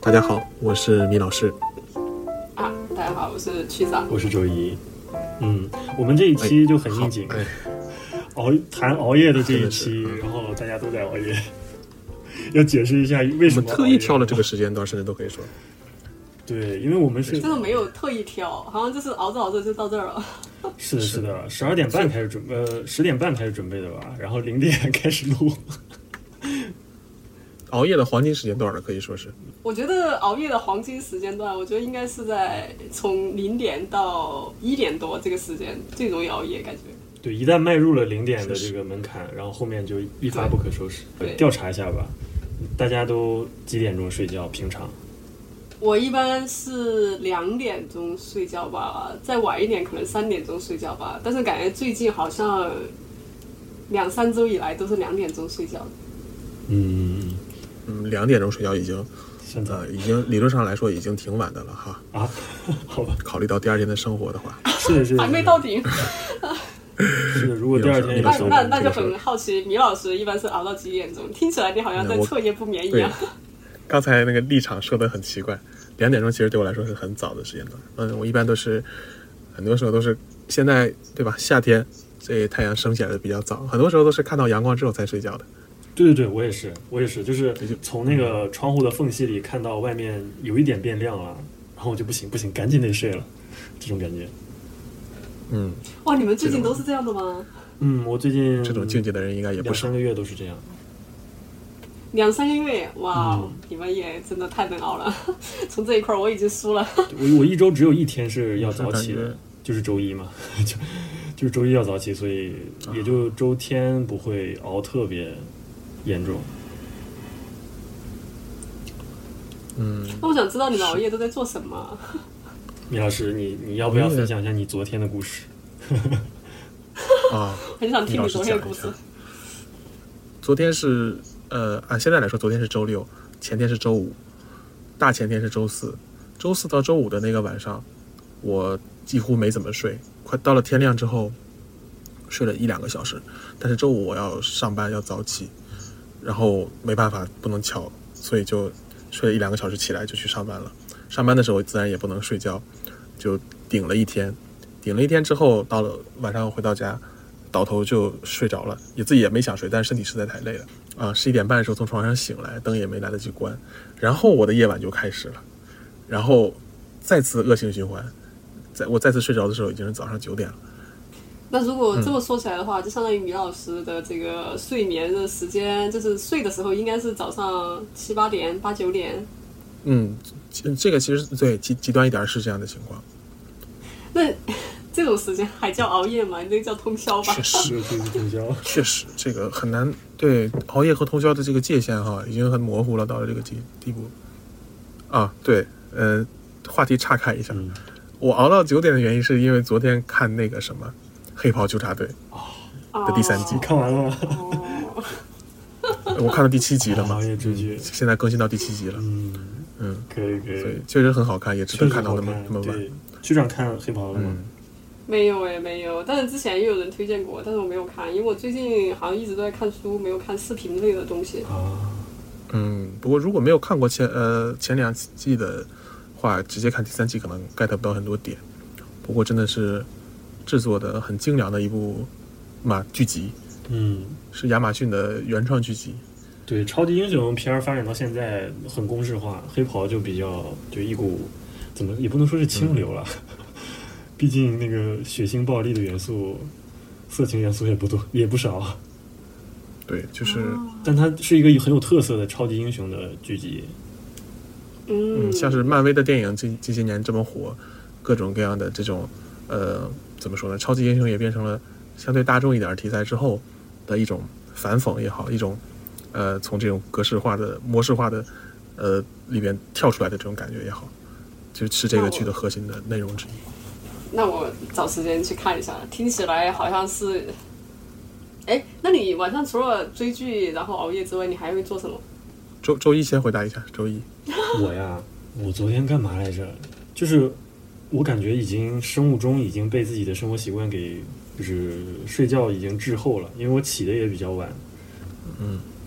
大家好，我是米老师。 大家好，我是区长， 我是周一。我们这一期就很应景，谈熬夜的这一期，然后大家都在熬夜，要解释一下为什么我们特意挑了这个时间段，甚至都可以说。 对，因为我们是真的没有特意挑，好像就是熬着熬着就到这儿了。 是的，12点半开始10点半开始准备的吧，然后0点开始录。 熬夜的黄金时间段了，可以说是。 我觉得熬夜的黄金时间段，我觉得应该是在从0点到1点多这个时间最容易熬夜，感觉。 对，一旦迈入了0点的这个门槛，然后后面就一发不可收拾。 对， 调查一下吧，大家都几点钟睡觉？平常？ 我一般是2点钟睡觉吧，再晚一点可能3点钟睡觉吧。但是感觉最近好像2-3周以来都是2点钟睡觉的。 2点钟睡觉已经理论上来说已经挺晚的了哈。 啊，好吧。 考虑到第二天的生活的话， 是还没到顶。 是的，如果第二天那就很好奇，米老师一般是熬到几点钟？听起来你好像在彻夜不眠一样。 刚才那个立场说的很奇怪，2点钟其实对我来说是很早的时间段。我一般都是很多时候都是现在对吧？夏天这太阳升起来的比较早，很多时候都是看到阳光之后才睡觉的。 对，我也是，就是从那个窗户的缝隙里看到外面有一点变亮了，然后我就不行，赶紧得睡了，这种感觉。 哇，你们最近都是这样的吗？ 我最近这种境界的人应该也不少 2-3个月都是这样。 2-3个月，哇，你们也真的太能熬了。从这一块我已经输了。 我一周只有1天是要早起的，就是周一嘛，就是周一要早起，所以也就周天不会熬特别严重。 那我想知道你们熬夜都在做什么？ 米老师，你要不要分享一下你昨天的故事？ 很想听你昨天的故事。 昨天是按现在来说，昨天是周六，前天是周五，大前天是周四，周四到周五的那个晚上，我几乎没怎么睡，快到了天亮之后，睡了1-2个小时。但是周五我要上班，要早起，然后没办法，不能翘，所以就睡了1-2个小时，起来就去上班了。上班的时候自然也不能睡觉，就顶了一天之后，到了晚上回到家，倒头就睡着了，自己也没想睡，但是身体实在太累了11点半的时候从床上醒来，灯也没来得及关，然后我的夜晚就开始了，然后再次恶性循环，我再次睡着的时候已经是早上9点了。 那如果这么说起来的话，就相当于米老师的这个睡眠的时间，就是睡的时候应该是早上7-8点、8-9点。 这个其实对极端一点是这样的情况。 那这种时间还叫熬夜吗？你这个叫通宵吧？ 确实， 通宵。 确实，这个很难。对，熬夜和通宵的这个界限已经很模糊了，到了这个地步。对，话题岔开一下。我熬到9点的原因是因为昨天看那个什么《黑袍纠察队》的第3季。 看完了吗？ 我看到第7集了嘛， 熬夜追剧， 现在更新到第7集了。 可以， 所以确实很好看，也值得看到那么晚。 局长看黑袍了吗？ 没有，但是之前也有人推荐过，但是我没有看，因为我最近好像一直都在看书，没有看视频类的东西。 不过如果没有看过前2季的话，直接看第3季可能 get 不到很多点。不过真的是制作的很精良的一部剧集，是亚马逊的原创剧集。 对，超级英雄片发展到现在很公式化，黑袍就比较一股怎么也不能说是清流了，毕竟那个血腥暴力的元素、色情元素也不少。 对，就是， 但它是一个很有特色的超级英雄的剧集。 像是漫威的电影这些年这么火，各种各样的这种怎么说呢？超级英雄也变成了相对大众一点的题材之后的一种反讽也好，一种从这种格式化的模式化的里边跳出来的这种感觉也好，就是这个剧的核心的内容之一。 那我找时间去看一下，听起来好像是。那你晚上除了追剧然后熬夜之外，你还会做什么？ 周一先回答一下，周一。 我昨天干嘛来着？就是我感觉生物钟已经被自己的生活习惯给就是睡觉已经滞后了，因为我起的也比较晚。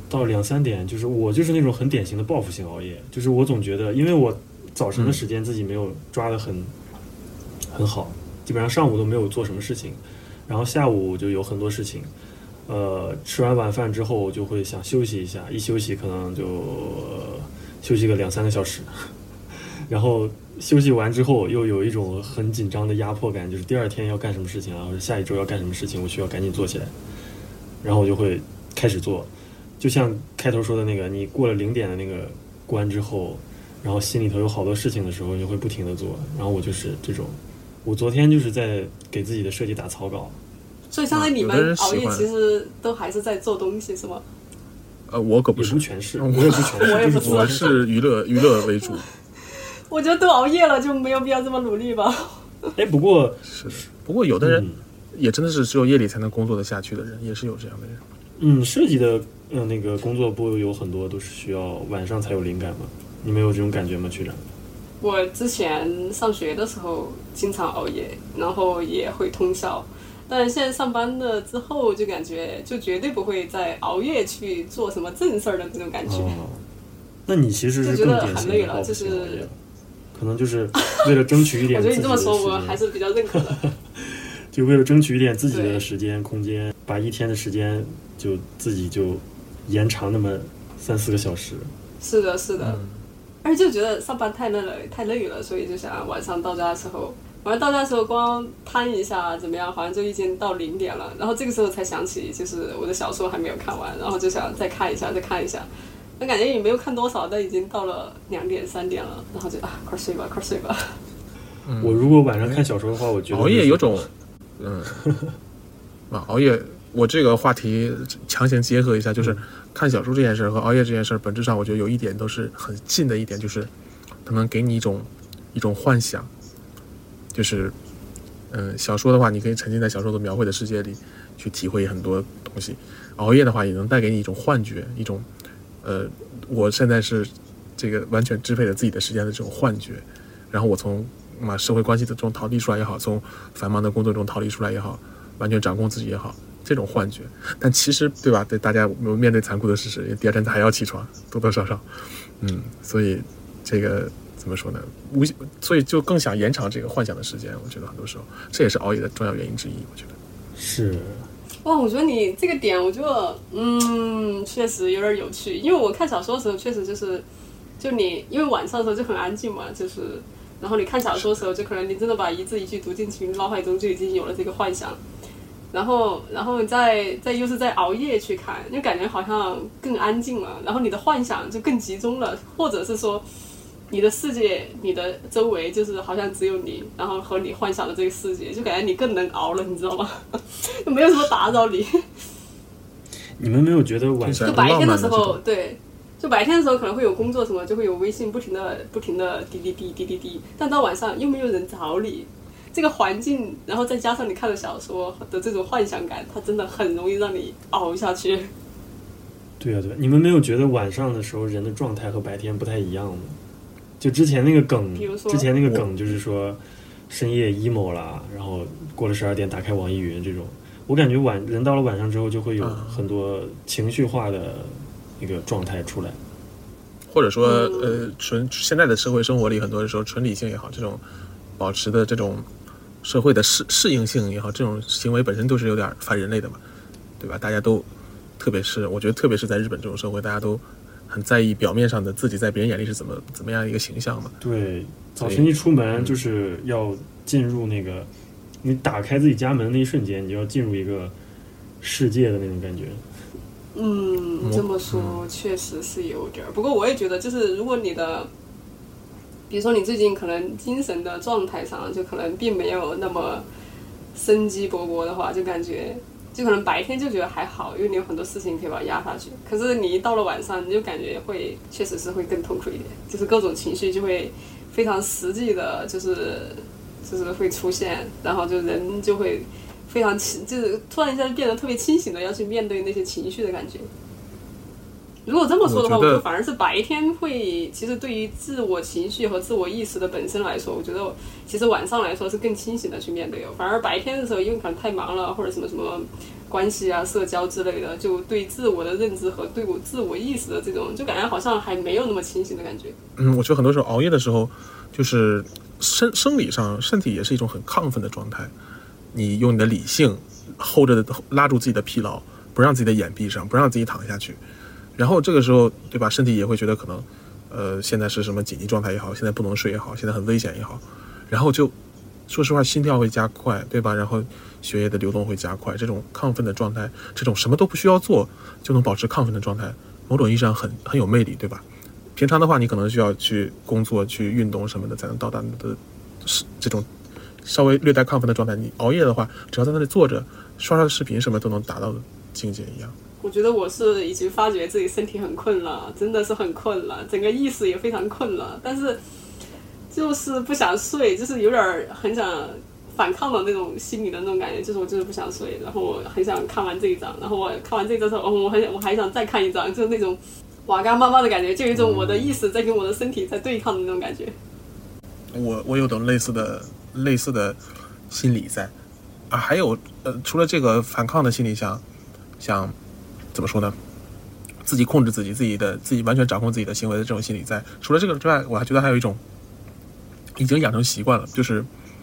到2-3点，就是我就是那种很典型的报复性熬夜，就是我总觉得，因为我早晨的时间自己没有抓得很好，基本上上午都没有做什么事情，然后下午就有很多事情，吃完晚饭之后就会想休息一下，一休息可能就休息个2-3个小时，然后休息完之后又有一种很紧张的压迫感，就是第二天要干什么事情啊，或者下一周要干什么事情，我需要赶紧做起来，然后我就会开始做。就像开头说的那个，你过了0点的那个关之后，然后心里头有好多事情的时候，你就会不停的做。然后我就是这种，我昨天就是在给自己的设计打草稿。 所以相当于你们熬夜其实都还是在做东西是吗？ 我可不是， 也不全是，我也不全是， 我也不是我是娱乐为主。 我觉得都熬夜了，就没有必要这么努力吧。 哎，不过有的人也真的是只有夜里才能工作得下去的人，也是有这样的人。设计的那个工作部有很多都是需要晚上才有灵感嘛？你们有这种感觉吗，区长？ 我之前上学的时候经常熬夜，然后也会通宵，但现在上班了之后就感觉就绝对不会再熬夜去做什么正事儿的这种感觉。 那你其实是更典型的报复性熬夜，可能就是为了争取一点自己的时间。 我觉得你这么说我还是比较认可的。 就为了争取一点自己的时间空间，把一天的时间就自己就延长那么3-4个小时。 是的，是的。而且就觉得上班太累了，所以就想晚上到家的时候光摊一下怎么样，好像就已经到0点了。然后这个时候才想起，就是我的小说还没有看完，然后就想再看一下。那感觉也没有看多少，但已经到了2点3点了，然后就快睡吧。 我如果晚上看小说的话，我觉得熬夜有种熬夜，我这个话题强行结合一下，就是看小说这件事和熬夜这件事，本质上我觉得有一点都是很近的一点，就是它能给你一种幻想，就是小说的话，你可以沉浸在小说的描绘的世界里去体会很多东西；熬夜的话，也能带给你一种幻觉，一种我现在是这个完全支配了自己的时间的这种幻觉，然后我从社会关系中逃离出来也好，从繁忙的工作中逃离出来也好，完全掌控自己也好，这种幻觉。但其实对吧，对大家面对残酷的事实，第二天还要起床，多多少少所以这个怎么说呢，所以就更想延长这个幻想的时间。我觉得很多时候这也是熬夜的重要原因之一。我觉得是哇，我觉得你这个点我觉得确实有点有趣，因为我看小说的时候确实就你因为晚上的时候就很安静嘛，就是然后你看小说的时候就可能你真的把一字一句读进去，脑海中就已经有了这个幻想，然后再又是在熬夜去看，就感觉好像更安静了，然后你的幻想就更集中了，或者是说你的世界你的周围就是好像只有你，然后和你幻想的这个世界，就感觉你更能熬了，你知道吗？就没有什么打扰你。 你们没有觉得晚上就白天的时候，对，就白天的时候可能会有工作什么，就会有微信不停的滴滴滴，但到晚上又没有人找你，这个环境，然后再加上你看的小说的这种幻想感，它真的很容易让你熬下去。 对啊，你们没有觉得晚上的时候人的状态和白天不太一样吗？就之前那个梗就是说深夜 emo 啦，然后过了12点打开网易云这种，我感觉人到了晚上之后就会有很多情绪化的一个状态出来， 或者说现在的社会生活里，很多时候纯理性也好，这种保持的这种社会的适应性也好，这种行为本身都是有点反人类的嘛，对吧？大家都我觉得特别是在日本这种社会，大家都很在意表面上的自己在别人眼里是怎么样一个形象嘛。 对，早晨一出门就是要进入那个，你打开自己家门那一瞬间，你就要进入一个世界的那种感觉。 这么说确实是有点，不过我也觉得，就是如果你的，比如说你最近可能精神的状态上，就可能并没有那么生机勃勃的话，就感觉。就可能白天就觉得还好，因为你有很多事情可以把它压下去。可是你一到了晚上，你就感觉确实是会更痛苦一点，就是各种情绪就会非常实际的，就是会出现，然后就人就会非常就是突然一下就变得特别清醒的要去面对那些情绪的感觉。 如果这么说的话， 我觉得我就反而是白天会，其实对于自我情绪和自我意识的本身来说，我觉得其实晚上来说是更清醒的去面对。反而白天的时候，因为可能太忙了，或者什么什么关系啊、社交之类的，就对自我的认知和对我自我意识的这种，就感觉好像还没有那么清醒的感觉。 我觉得很多时候熬夜的时候，就是生理上身体也是一种很亢奋的状态，你用你的理性拉住自己的疲劳，不让自己的眼闭上，不让自己躺下去。然后这个时候，对吧？身体也会觉得可能，现在是什么紧急状态也好，现在不能睡也好，现在很危险也好，然后就说实话，心跳会加快，对吧？然后血液的流动会加快，这种亢奋的状态，这种什么都不需要做就能保持亢奋的状态，某种意义上很有魅力，对吧？平常的话，你可能需要去工作、去运动什么的，才能到达你的这种稍微略带亢奋的状态。你熬夜的话，只要在那里坐着刷刷视频，什么都能达到的境界一样。 我觉得我是已经发觉自己身体很困了，真的是很困了，整个意识也非常困了，但是就是不想睡，就是有点很想反抗的那种心理的那种感觉，就是我就是不想睡，然后我很想看完这一章，然后我看完这一章之后，我还想再看一章，就是那种瓦干妈妈的感觉，就有一种我的意识在跟我的身体在对抗的那种感觉。 我有种类似的心理在啊，还有除了这个反抗的心理想怎么说呢？自己控制自己完全掌控自己的行为的这种心理在。除了这个之外，我还觉得还有一种已经养成习惯了，就是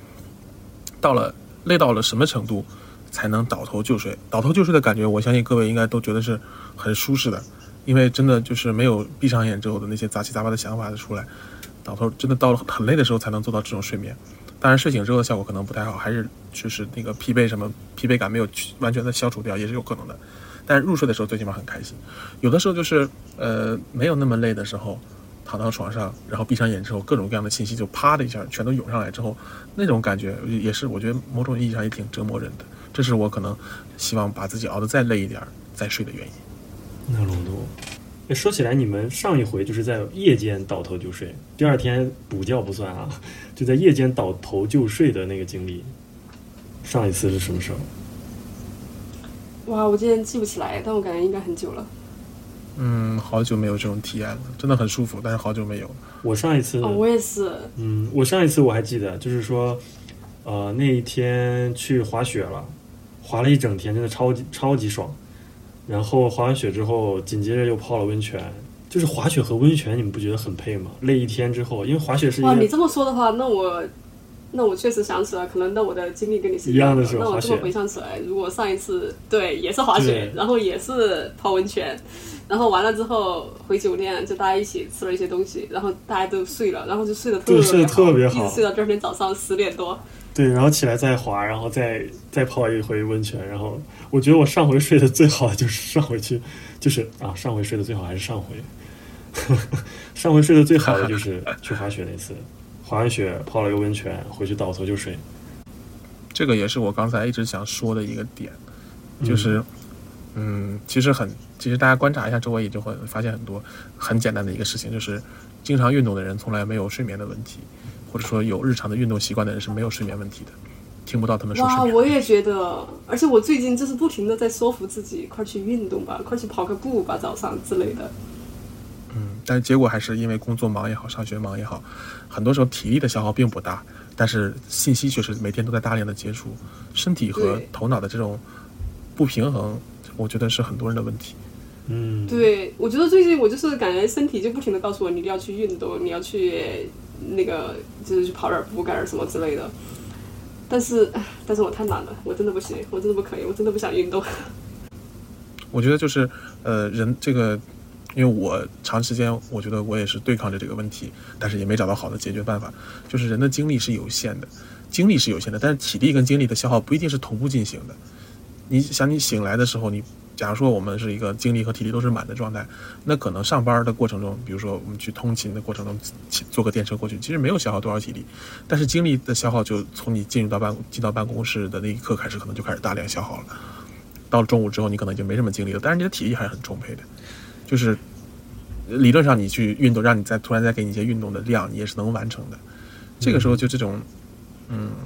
累到了什么程度才能倒头就睡。倒头就睡的感觉，我相信各位应该都觉得是很舒适的，因为真的就是没有闭上眼之后的那些杂七杂八的想法的出来。倒头真的到了很累的时候才能做到这种睡眠。当然睡醒之后的效果可能不太好，还是就是那个疲惫感没有完全的消除掉，也是有可能的。但是入睡的时候最起码很开心。有的时候就是没有那么累的时候，躺到床上，然后闭上眼之后，各种各样的信息就啪的一下全都涌上来之后，那种感觉也是我觉得某种意义上也挺折磨人的。这是我可能希望把自己熬得再累一点再睡的原因。 那龙多，说起来，你们上一回就是在夜间倒头就睡，第二天补觉不算啊，就在夜间倒头就睡的那个经历，上一次是什么时候？ 哇，我今天记不起来，但我感觉应该很久了。 好久没有这种体验了，真的很舒服，但是好久没有。 我上一次， 我也是。 我上一次我还记得，就是说，那一天去滑雪了，滑了一整天，真的超级爽。然后滑完雪之后，紧接着又泡了温泉。就是滑雪和温泉，你们不觉得很配吗？累一天之后，因为滑雪是哇，你这么说的话，那我确实想起来，可能我的经历跟你是一样的。那我这么回想起来，如果上一次对也是滑雪，然后也是泡温泉，然后完了之后回酒店，就大家一起吃了一些东西，然后大家都睡了，然后就睡得特别好，一直睡到第二天早上10点多。 对，然后起来再滑，然后再泡一回温泉。然后我觉得我上回睡得最好的就是上回睡得最好还是上回上回睡得最好的就是去滑雪那次，滑完雪泡了个温泉，回去倒头就睡。 这个也是我刚才一直想说的一个点，就是其实大家观察一下周围也就会发现很多很简单的一个事情，就是经常运动的人从来没有睡眠的问题，或者说有日常的运动习惯的人是没有睡眠问题的，听不到他们说睡眠。 哇，我也觉得，而且我最近就是不停的在说服自己，快去运动吧，快去跑个步吧，早上之类的。 但是结果还是因为工作忙也好，上学忙也好，很多时候体力的消耗并不大，但是信息确实每天都在大量的接触，身体和头脑的这种不平衡，我觉得是很多人的问题。 对，我觉得最近我就是感觉身体就不停的告诉我，你一定要去运动，你要去那个就是去跑点步，干点什么之类的。但是我太懒了，我真的不行，我真的不可以，我真的不想运动。 我觉得就是人这个。因为我长时间我觉得我也是对抗着这个问题，但是也没找到好的解决办法。就是人的精力是有限的，但是体力跟精力的消耗不一定是同步进行的。你想你醒来的时候，你假如说我们是一个精力和体力都是满的状态，那可能上班的过程中，比如说我们去通勤的过程中坐个电车过去，其实没有消耗多少体力，但是精力的消耗就从你进到办公室的那一刻开始，可能就开始大量消耗了。到了中午之后，你可能已经没什么精力了，但是你的体力还是很充沛的。就是理论上你去运动，让你突然再给你一些运动的量，你也是能完成的。这个时候就这种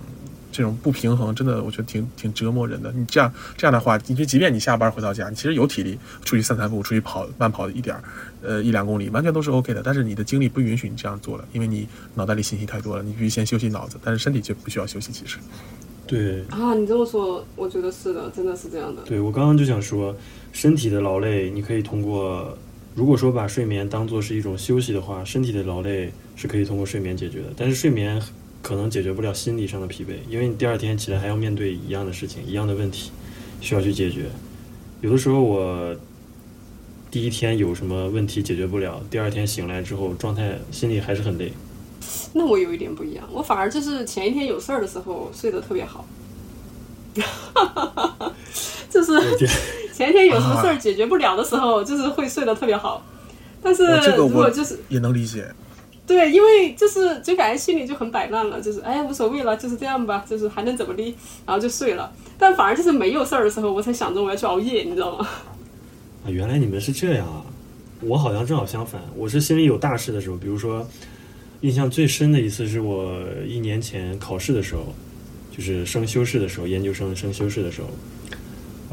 这种不平衡真的我觉得挺折磨人的。你这样的话，即便你下班回到家，你其实有体力出去散步，出去慢跑1-2公里，完全都是 OK 的。但是你的精力不允许你这样做了，因为你脑袋里信息太多了，你必须先休息脑子，但是身体就不需要休息。其实， 对啊，你这么说，我觉得是的，真的是这样的。 对，我刚刚就想说，身体的劳累，你可以通过，如果说把睡眠当做是一种休息的话，身体的劳累是可以通过睡眠解决的，但是睡眠可能解决不了心理上的疲惫，因为你第二天起来还要面对一样的事情，一样的问题，需要去解决。有的时候我第一天有什么问题解决不了，第二天醒来之后状态心里还是很累。 那我有一点不一样，我反而就是前一天有事儿的时候睡得特别好，就是前一天有什么事儿解决不了的时候，就是会睡得特别好。但是如果就是也能理解。 对，因为就感觉心里就很摆烂了，就是哎无所谓了，就是这样吧，就是还能怎么的，然后就睡了。但反而就是没有事儿的时候，我才想着我要去熬夜，你知道吗？ 啊，原来你们是这样啊！我好像正好相反，我是心里有大事的时候，比如说印象最深的一次是我1年前考试的时候，就是升修试的时候，研究生升修试的时候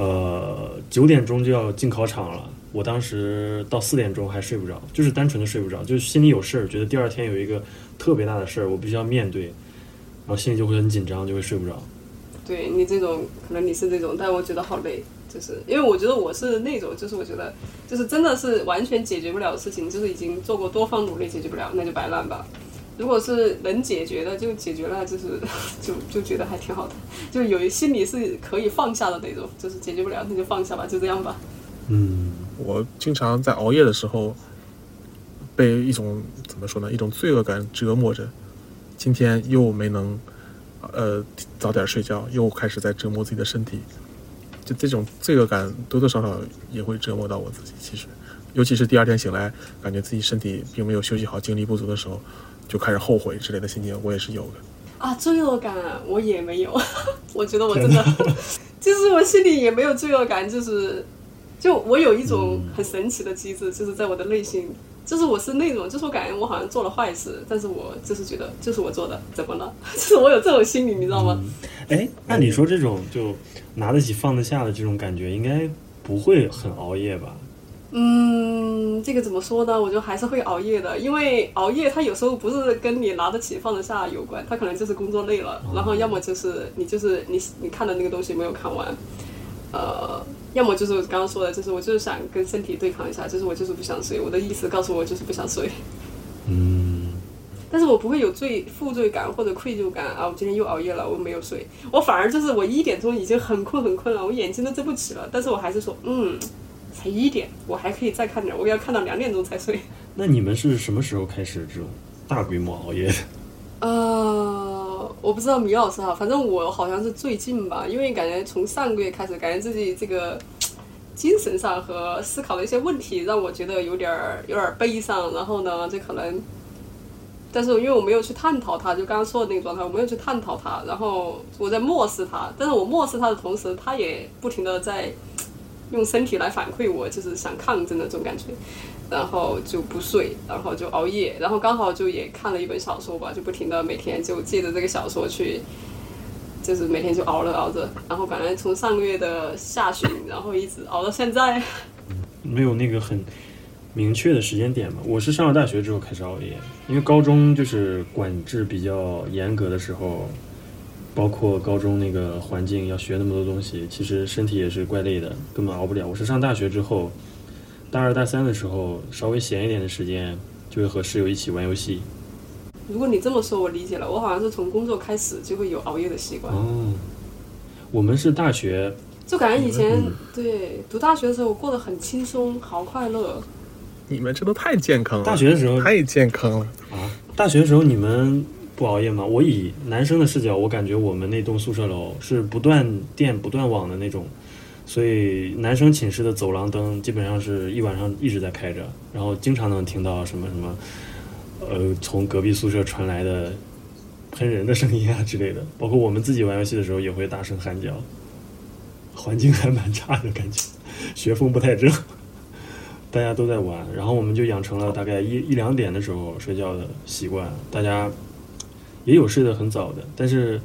，9点钟就要进考场了。我当时到4点钟还睡不着，就是单纯的睡不着，就是心里有事儿，觉得第二天有一个特别大的事儿，我必须要面对，然后心里就会很紧张，就会睡不着。 对，你这种可能你是这种，但我觉得好累，就是因为我觉得我是那种，就是我觉得就是真的是完全解决不了的事情，就是已经做过多方努力解决不了，那就摆烂吧。如果是能解决的就解决了，就是就觉得还挺好的，就有心里是可以放下的那种，就是解决不了那就放下吧，就这样吧。 我经常在熬夜的时候被一种怎么说呢，一种罪恶感折磨着。今天又没能早点睡觉，又开始在折磨自己的身体，就这种罪恶感多多少少也会折磨到我自己。其实尤其是第二天醒来感觉自己身体并没有休息好，精力不足的时候，就开始后悔之类的心情，我也是有的啊。罪恶感我也没有我觉得我真的就是我心里也没有罪恶感，就我有一种很神奇的机制，就是在我的内心，就是我是那种，就是我感觉我好像做了坏事，但是我就是觉得就是我做的，怎么了？就是我有这种心理，你知道吗？ 按理说这种就拿得起放得下的这种感觉，应该不会很熬夜吧？ 这个怎么说呢？我就还是会熬夜的，因为熬夜它有时候不是跟你拿得起放得下有关，它可能就是工作累了，然后要么就是你看的那个东西没有看完，要么就是我刚刚说的，就是我就是想跟身体对抗一下，就是我就是不想睡，我的意识告诉我就是不想睡。但是我不会有负罪感或者愧疚感啊！我今天又熬夜了，我没有睡，我反而就是我1点钟已经很困了，我眼睛都睁不起了，但是我还是说才1点，我还可以再看点，我要看到2点钟才睡。 那你们是什么时候开始这种大规模熬夜的？ 我不知道米老师哈，反正我好像是最近吧，因为感觉从上个月开始，感觉自己这个精神上和思考的一些问题，让我觉得有点悲伤。然后呢，这可能，但是因为我没有去探讨它，就刚刚说的那个状态，我没有去探讨它，然后我在漠视它。但是我漠视它的同时，它也不停的在用身体来反馈我，就是想抗争的这种感觉。然后就不睡，然后就熬夜，然后刚好就也看了一本小说吧，就不停的每天就借着这个小说去，就是每天就熬着，然后本来从上个月的下旬，然后一直熬到现在。 没有那个很明确的时间点嘛。我是上了大学之后开始熬夜，因为高中就是管制比较严格的时候，包括高中那个环境要学那么多东西，其实身体也是怪累的，根本熬不了。我是上大学之后，大2、大3的时候稍微闲一点的时间，就会和室友一起玩游戏。 如果你这么说，我理解了。我好像是从工作开始就会有熬夜的习惯。 我们是大学， 就感觉以前对读大学的时候过得很轻松，好快乐。 你们这都太健康了， 大学的时候太健康了啊！大学的时候你们不熬夜吗？我以男生的视角，我感觉我们那栋宿舍楼是不断电不断网的那种。所以男生寝室的走廊灯基本上是一晚上一直在开着，然后经常能听到什么从隔壁宿舍传来的喷人的声音啊之类的，包括我们自己玩游戏的时候也会大声喊叫，环境还蛮差的感觉，学风不太正，大家都在玩，然后我们就养成了大概1、2点的时候睡觉的习惯，大家也有睡得很早的，但是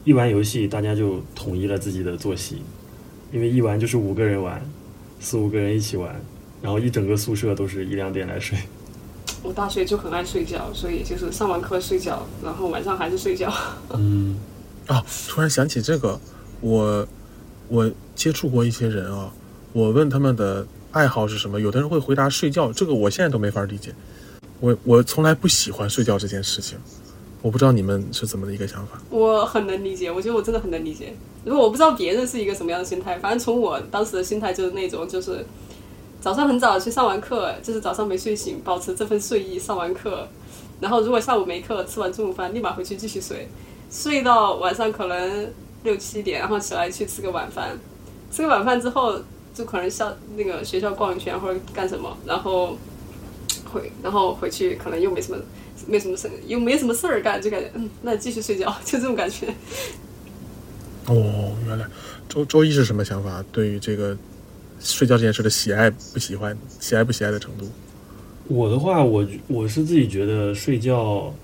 一玩游戏大家就统一了自己的作息，因为一玩就是5个人玩，4、5个人一起玩，然后一整个宿舍都是1、2点来睡。 我大学就很爱睡觉，所以就是上完课睡觉，然后晚上还是睡觉。 突然想起这个，我接触过一些人啊，我问他们的爱好是什么，有的人会回答睡觉，这个我现在都没法理解。我从来不喜欢睡觉这件事情，我不知道你们是怎么的一个想法。 我很能理解，我觉得我真的很能理解。如果我不知道别人是一个什么样的心态，反正从我当时的心态就是那种，就是早上很早去上完课，就是早上没睡醒，保持这份睡意上完课，然后如果下午没课，吃完中午饭立马回去继续睡，睡到晚上可能6、7点，然后起来去吃个晚饭，吃个晚饭之后就可能那个学校逛一圈或者干什么，然后回去可能又没什么事儿干，就感觉那继续睡觉，就这种感觉。 原来周一是什么想法？对于这个睡觉这件事的喜爱不喜爱的程度？ 我的话，我是自己觉得睡觉，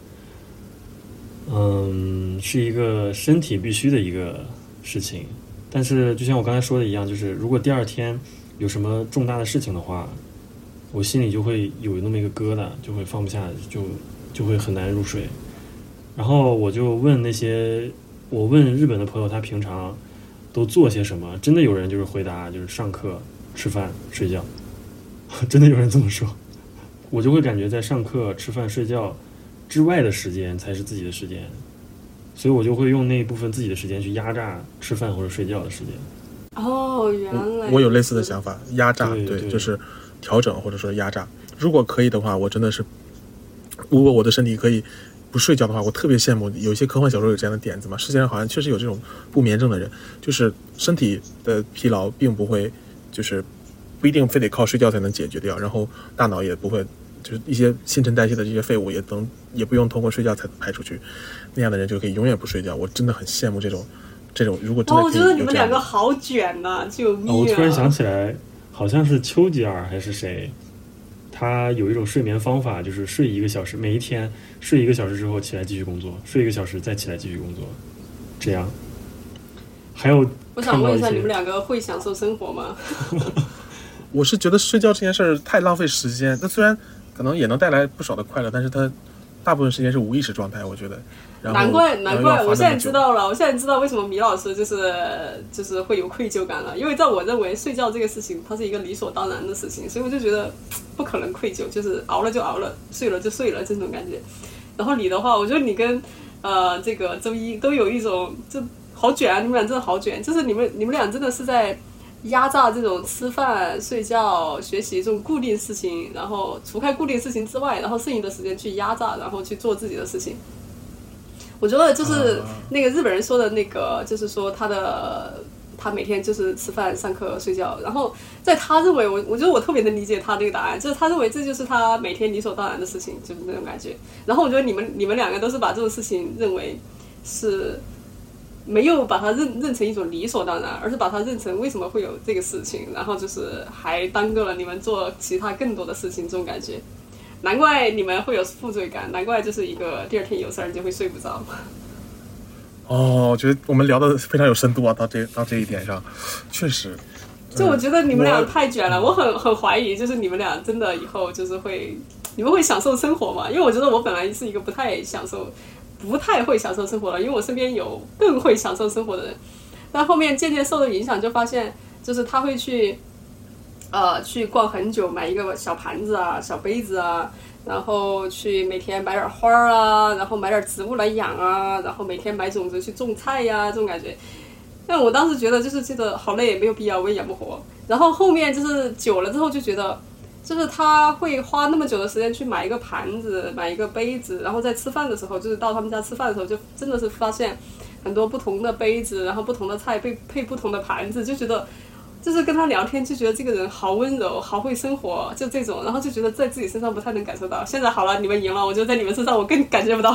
是一个身体必须的一个事情。但是就像我刚才说的一样，就是如果第二天有什么重大的事情的话，我心里就会有那么一个疙瘩，就会放不下，就会很难入睡。然后我问日本的朋友，他平常都做些什么？真的有人就是回答就是上课、吃饭、睡觉，真的有人这么说。我就会感觉在上课、吃饭、睡觉之外的时间才是自己的时间，所以我就会用那一部分自己的时间去压榨吃饭或者睡觉的时间。 原来我有类似的想法，压榨， 对， 就是调整或者说压榨。如果可以的话，我真的是，如果我的身体可以不睡觉的话，我特别羡慕有一些科幻小说有这样的点子嘛。世界上好像确实有这种不眠症的人，就是身体的疲劳并不会，就是不一定非得靠睡觉才能解决掉，然后大脑也不会，就是一些新陈代谢的这些废物也不用通过睡觉才排出去，那样的人就可以永远不睡觉。我真的很羡慕这种，如果真的可以有这样的。 我觉得你们两个好卷呐，救命啊！ 我突然想起来，好像是丘吉尔还是谁，他有一种睡眠方法，就是睡1个小时，每一天睡1个小时之后起来继续工作，睡1个小时再起来继续工作，这样。还有， 我想问一下，你们两个会享受生活吗？ 我是觉得睡觉这件事儿太浪费时间，那虽然可能也能带来不少的快乐，但是它大部分时间是无意识状态，我觉得。 难怪，我现在知道了，我现在知道为什么米老师就是会有愧疚感了，因为在我认为睡觉这个事情，它是一个理所当然的事情，所以我就觉得不可能愧疚，就是熬了就熬了，睡了就睡了这种感觉。然后你的话，我觉得你跟这个周一都有一种就好卷啊，你们俩真的好卷，就是你们俩真的是在压榨这种吃饭、睡觉、学习这种固定事情，然后除开固定事情之外，然后剩余的时间去压榨，然后去做自己的事情。我觉得就是那个日本人说的那个，就是说他每天就是吃饭、上课、睡觉，然后在他认为，我觉得我特别能理解他这个答案，就是他认为这就是他每天理所当然的事情，就是那种感觉。然后我觉得你们两个都是把这种事情认为是没有把它认成一种理所当然，而是把它认成为什么会有这个事情，然后就是还耽搁了你们做其他更多的事情，这种感觉。难怪你们会有负罪感，难怪就是一个第二天有事儿就会睡不着。 我觉得我们聊的非常有深度啊，到这一点上，确实。 就我觉得你们俩太卷了，我很怀疑，就是你们俩真的以后就是你们会享受生活吗？因为我觉得我本来是一个不太会享受生活的，因为我身边有更会享受生活的人，但后面渐渐受了影响，就发现就是他会去逛很久，买一个小盘子啊、小杯子啊，然后去每天买点花啊，然后买点植物来养啊，然后每天买种子去种菜呀，这种感觉。但我当时觉得就是觉得好累，也没有必要，我也养不活。然后后面就是久了之后就觉得，就是他会花那么久的时间去买一个盘子、买一个杯子，然后在吃饭的时候，就是到他们家吃饭的时候，就真的是发现很多不同的杯子，然后不同的菜配不同的盘子，就觉得。就是跟他聊天就觉得这个人好温柔，好会生活，就这种，然后就觉得在自己身上不太能感受到。现在好了，你们赢了，我觉得在你们身上我更感觉不到。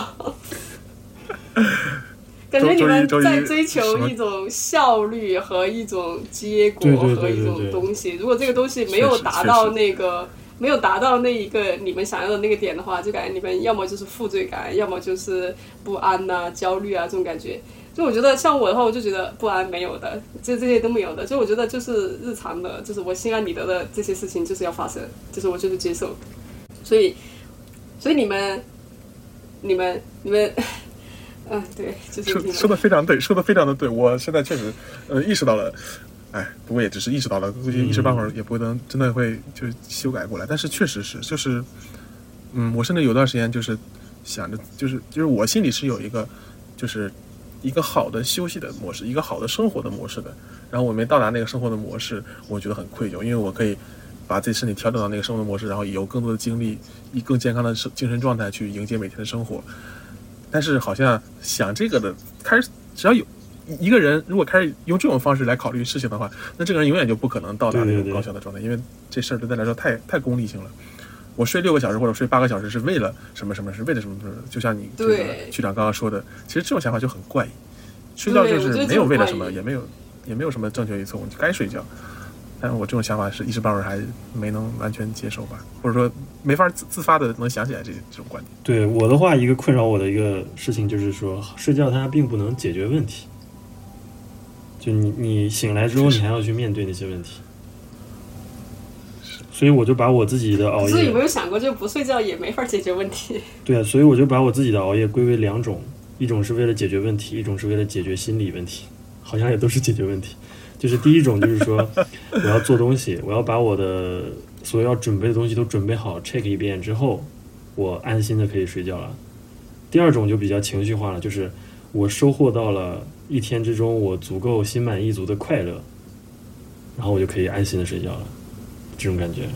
感觉你们在追求一种效率和一种结果和一种东西。如果这个东西没有达到那一个你们想要的那个点的话，就感觉你们要么就是负罪感，要么就是不安啊、焦虑啊这种感觉。 就我觉得像我的话，我就觉得不安没有的，就这些都没有的。就我觉得就是日常的，就是我心安理得的这些事情就是要发生，就是我就是接受。所以你们，对，就是说的非常对，说的非常的对。我现在确实意识到了，不过也只是意识到了，估计一时半会儿也不能真的会就修改过来。但是确实是，就是我甚至有段时间就是想着，就是我心里是有一个就是一个好的休息的模式，一个好的生活的模式的。然后我没到达那个生活的模式，我觉得很愧疚，因为我可以把自己身体调整到那个生活的模式，然后有更多的精力，以更健康的精神状态去迎接每天的生活。但是好像想这个的开始，只要有一个人如果开始用这种方式来考虑事情的话，那这个人永远就不可能到达那种高效的状态，因为这事儿对他来说太功利性了。我睡6个小时或者睡8个小时是为了什么什么，是为了什么什么，就像你这个局长刚刚说的，其实这种想法就很怪异。睡觉就是没有为了什么，也没有什么正确与错误，就该睡觉。但是我这种想法是一时半会儿还没能完全接受吧，或者说没法自发的能想起来这种观点。 对我的话，一个困扰我的一个事情就是说，睡觉它并不能解决问题。就你醒来之后，你还要去面对那些问题。所以我就把我自己的熬夜， 可是有没有想过，就不睡觉也没法解决问题？ 对啊，所以我就把我自己的熬夜归为2种，一种是为了解决问题，一种是为了解决心理问题，好像也都是解决问题。就是第一种就是说，我要做东西，我要把我的所有要准备的东西都准备好 check 一遍之后，我安心的可以睡觉了。第二种就比较情绪化了，就是我收获到了一天之中我足够心满意足的快乐，然后我就可以安心的睡觉了，这种感觉。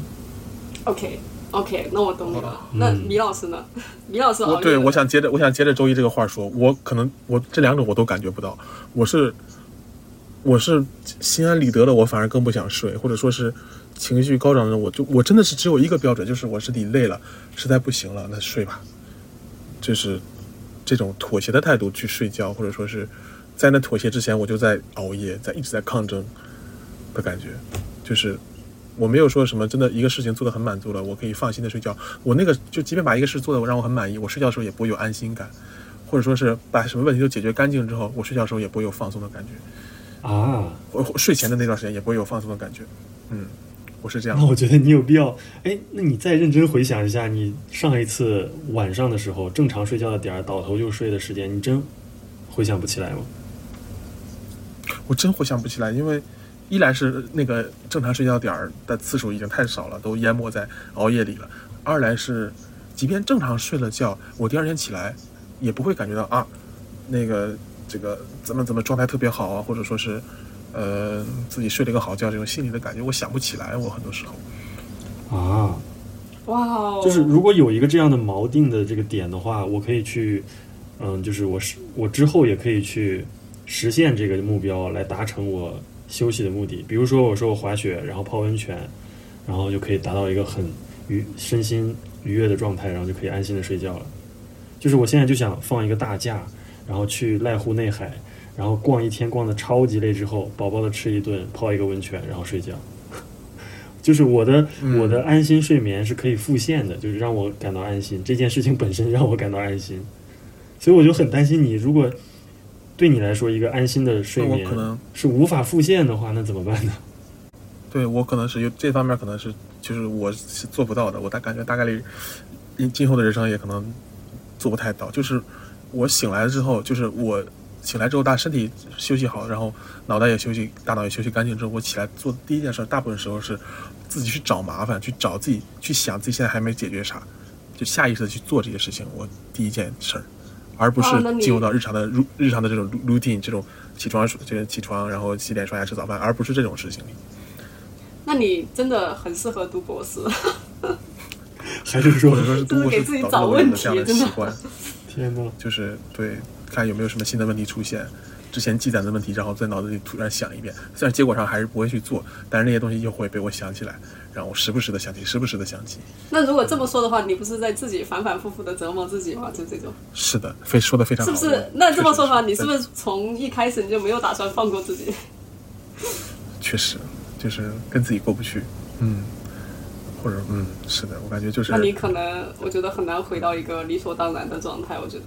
OK， 那我懂你了。那米老师呢？米老师熬夜， 对，我想接着周一这个话说，我这2种我都感觉不到，我是心安理得的，我反而更不想睡，或者说是情绪高涨的，我真的是只有一个标准，就是我身体累了，实在不行了，那睡吧。就是这种妥协的态度去睡觉，或者说是在那妥协之前，我就在熬夜，一直在抗争的感觉。就是我没有说什么真的一个事情做得很满足了，我可以放心的睡觉。我那个就即便把一个事做得让我很满意，我睡觉的时候也不会有安心感，或者说是把什么问题都解决干净之后，我睡觉的时候也不会有放松的感觉。我睡前的那段时间也不会有放松的感觉。我是这样。 那我觉得你有必要，那你再认真回想一下，你上一次晚上的时候正常睡觉的点儿，倒头就睡的时间，你真回想不起来吗？ 我真回想不起来，因为一来是那个正常睡觉点儿的次数已经太少了，都淹没在熬夜里了；二来是，即便正常睡了觉，我第二天起来也不会感觉到那个这个怎么状态特别好啊，或者说是自己睡了一个好觉，这种心理的感觉我想不起来。我很多时候哇， 就是如果有一个这样的锚定的这个点的话，我可以去就是我之后也可以去实现这个目标，来达成我休息的目的。比如说我说我滑雪，然后泡温泉，然后就可以达到一个很身心愉悦的状态，然后就可以安心的睡觉了。就是我现在就想放一个大假，然后去濑户内海，然后逛一天，逛得超级累之后，饱饱的吃一顿，泡一个温泉，然后睡觉。就是我的安心睡眠是可以复现的，就是让我感到安心，这件事情本身让我感到安心。所以我就很担心你，如果对你来说一个安心的睡眠是无法复现的话，那怎么办呢？ 对，我可能是有这方面，可能是就是我是做不到的，我感觉大概率今后的人生也可能做不太到。就是我醒来之后，就是我醒来之后，身体休息好，然后脑袋也休息，大脑也休息干净之后，我起来做第一件事，大部分时候是自己去找麻烦，去找自己，去想自己现在还没解决啥，就下意识的去做这些事情。我第一件事儿，而不是进入到日常的这种 routine， 这种起床，然后洗脸刷牙吃早饭，而不是这种事情里。 那你真的很适合读博士。 还是说是读博士给自己找问题， 这样的习惯？ 天哪！ 就是对，看有没有什么新的问题出现，之前积攒的问题，然后在脑子里突然想一遍，虽然结果上还是不会去做，但是那些东西又会被我想起来，然后我时不时的想起。 那如果这么说的话，你不是在自己反反复复的折磨自己吗？就这种。 是的，说的非常好。 是不是？那这么说的话，你是不是从一开始你就没有打算放过自己？ 确实，就是跟自己过不去。或者是的，我感觉就是。 那你可能，我觉得很难回到一个理所当然的状态。我觉得，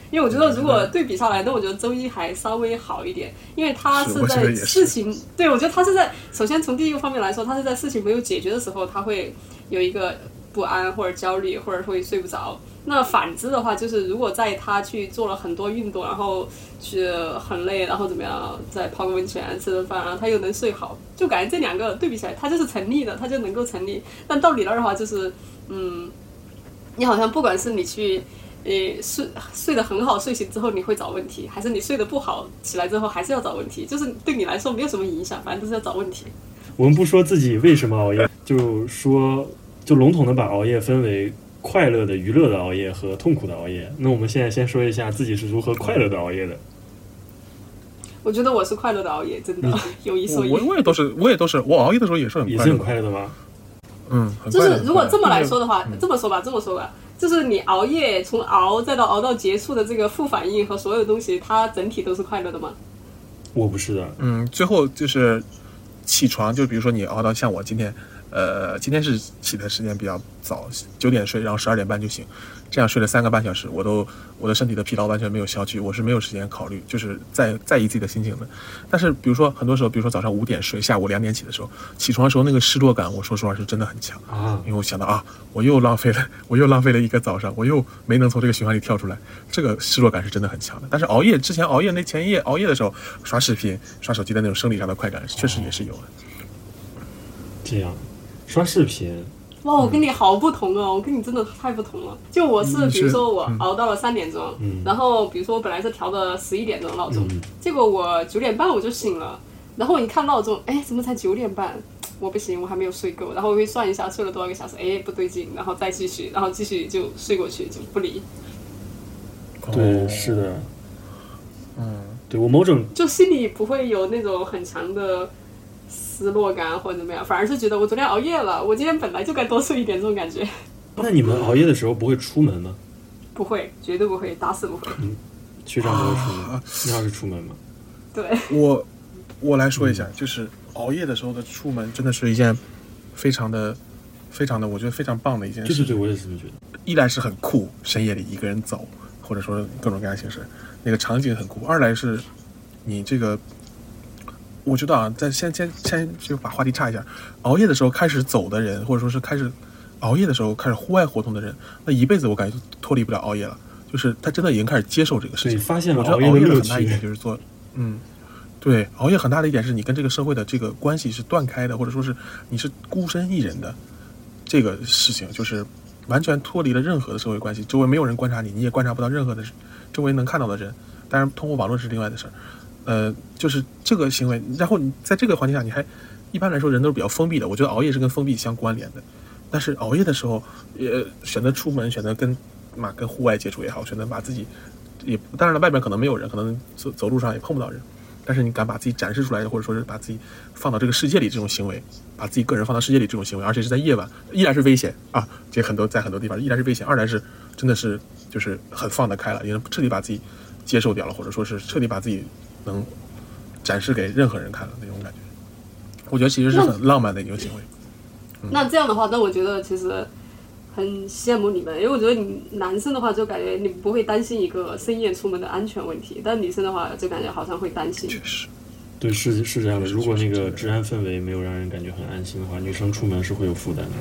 因为我觉得如果对比下来，那我觉得周一还稍微好一点，因为他是在事情，对，我觉得他是在首先从第一个方面来说，他是在事情没有解决的时候，他会有一个不安或者焦虑，或者会睡不着。那反之的话，就是如果在他去做了很多运动，然后去很累，然后怎么样，再泡个温泉、吃顿饭，然后他又能睡好，就感觉这两个对比起来，他就是成立的，他就能够成立。但到你那儿的话，就是你好像不管是你去睡得很好，睡醒之后你会找问题，还是你睡得不好，起来之后还是要找问题，就是对你来说没有什么影响，反正都是要找问题。 我们不说自己为什么熬夜，就笼统的把熬夜分为快乐的、娱乐的熬夜和痛苦的熬夜。那我们现在先说一下自己是如何快乐的熬夜的。 我觉得我是快乐的熬夜，真的有一说一。 我也都是，我熬夜的时候也是很快乐的吗？ 就是如果这么来说的话，这么说吧，就是你熬夜从熬再到熬到结束的这个副反应和所有东西，它整体都是快乐的吗？ 我不是的。 最后就是起床，就比如说你熬到像我今天今天是起的时间比较早，9点睡，然后12点半就醒，这样睡了3个半小时，我的身体的疲劳完全没有消去，我是没有时间考虑，就是在意自己的心情的。但是比如说很多时候，比如说早上5点睡，下午2点起的时候，起床的时候那个失落感，我说实话是真的很强啊，因为我想到我又浪费了一个早上，我又没能从这个循环里跳出来，这个失落感是真的很强的。但是之前熬夜那前一夜熬夜的时候，刷视频、刷手机的那种生理上的快感，确实也是有的。 这样。刷视频， 哇，我跟你好不同哦，我跟你真的太不同了。就我是，比如说我熬到了3点钟，然后比如说我本来是调的11点钟闹钟，结果我9点半我就醒了，然后我一看闹钟，怎么才9点半？我不行，我还没有睡够，然后我会算一下睡了多少个小时，不对劲，然后再继续，然后继续就睡过去，就不理。 对，是的，对我某种就心里不会有那种很强的失落感或者怎么样，反而是觉得我昨天熬夜了，我今天本来就该多睡一点这种感觉。 那你们熬夜的时候不会出门吗？ 不会，绝对不会，打死不会。 学长不会出门，你要是出门吗？ 对， 我来说一下，就是熬夜的时候的出门真的是一件非常的，我觉得非常棒的一件事。 对，我也是这么觉得。 一来是很酷，深夜里一个人走，或者说各种各样的形式，那个场景很酷；二来是你这个。我知道先就把话题岔一下。熬夜的时候开始走的人，或者说是开始熬夜的时候开始户外活动的人，那一辈子我感觉脱离不了熬夜了。就是他真的已经开始接受这个事情。 对，发现了我觉得熬夜的很大一点就是做，对，熬夜很大的一点是你跟这个社会的这个关系是断开的，或者说是你是孤身一人的这个事情，就是完全脱离了任何的社会关系，周围没有人观察你，你也观察不到任何的周围能看到的人。当然，通过网络是另外的事儿。就是这个行为，然后你在这个环境下，你还一般来说人都是比较封闭的。我觉得熬夜是跟封闭相关联的，但是熬夜的时候，选择出门，选择跟户外接触也好，选择把自己当然了，外边可能没有人，可能走路上也碰不到人，但是你敢把自己展示出来，或者说是把自己放到这个世界里这种行为，把自己个人放到世界里这种行为，而且是在夜晚，依然是危险啊！这在很多地方依然是危险。二来是真的是就是很放得开了，也彻底把自己接受掉了，或者说是彻底把自己能展示给任何人看了那种感觉，我觉得其实是很浪漫的一个行为。 那这样的话，那我觉得其实很羡慕你们，因为我觉得你男生的话就感觉你不会担心一个深夜出门的安全问题，但女生的话就感觉好像会担心。 确实， 对，是这样的。如果那个治安氛围没有让人感觉很安心的话，女生出门是会有负担的。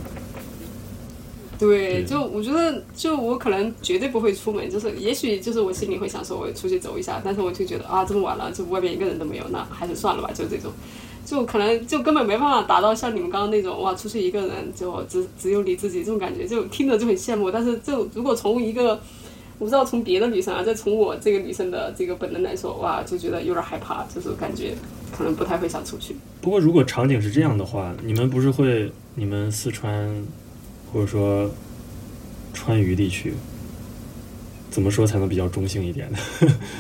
对，就我觉得，就我可能绝对不会出门，就是也许就是我心里会想说，我出去走一下，但是我就觉得这么晚了，就外边一个人都没有，那还是算了吧，就这种，就可能就根本没办法达到像你们刚刚那种出去一个人就只有你自己这种感觉，就听着就很羡慕。但是就如果从一个我不知道从别的女生再从我这个女生的这个本能来说，就觉得有点害怕，就是感觉可能不太会想出去。 不过如果场景是这样的话，你们四川或者说川渝地区怎么说才能比较中性一点呢？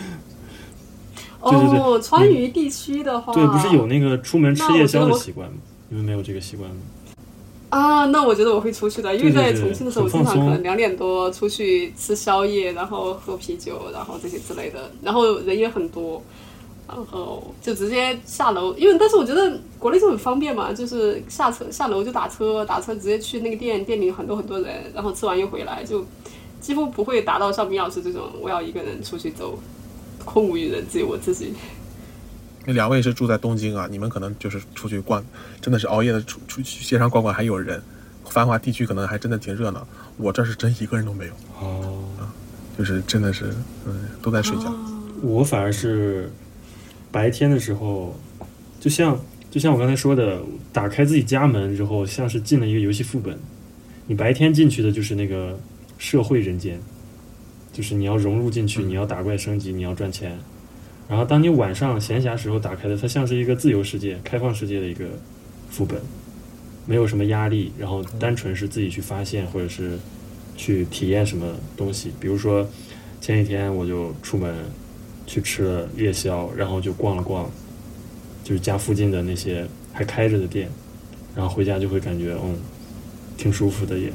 对， 川渝地区的话， 对，不是有那个出门吃夜宵的习惯吗？你们没有这个习惯吗？ 那我觉得我会出去的，因为在重庆的时候，我经常可能2点多出去吃宵夜，然后喝啤酒，然后这些之类的，然后人也很多，然后就直接下楼，但是我觉得国内就很方便嘛，就是下楼就打车直接去那个店里有很多人，然后吃完又回来，就几乎不会达到像米老师这种我要一个人出去走，空无一人，只有我自己。 那两位是住在东京啊，你们可能就是出去逛，真的是熬夜的出去街上逛逛还有人，繁华地区可能还真的挺热闹。我这是真一个人都没有。就是真的是都在睡觉。 我反而是白天的时候，就像我刚才说的，打开自己家门之后，像是进了一个游戏副本。你白天进去的就是那个社会人间，就是你要融入进去，你要打怪升级，你要赚钱。然后当你晚上闲暇时候打开的，它像是一个自由世界、开放世界的一个副本，没有什么压力，然后单纯是自己去发现或者是去体验什么东西。比如说前几天我就出门去吃了夜宵，然后就逛了逛就是家附近的那些还开着的店，然后回家就会感觉挺舒服的也。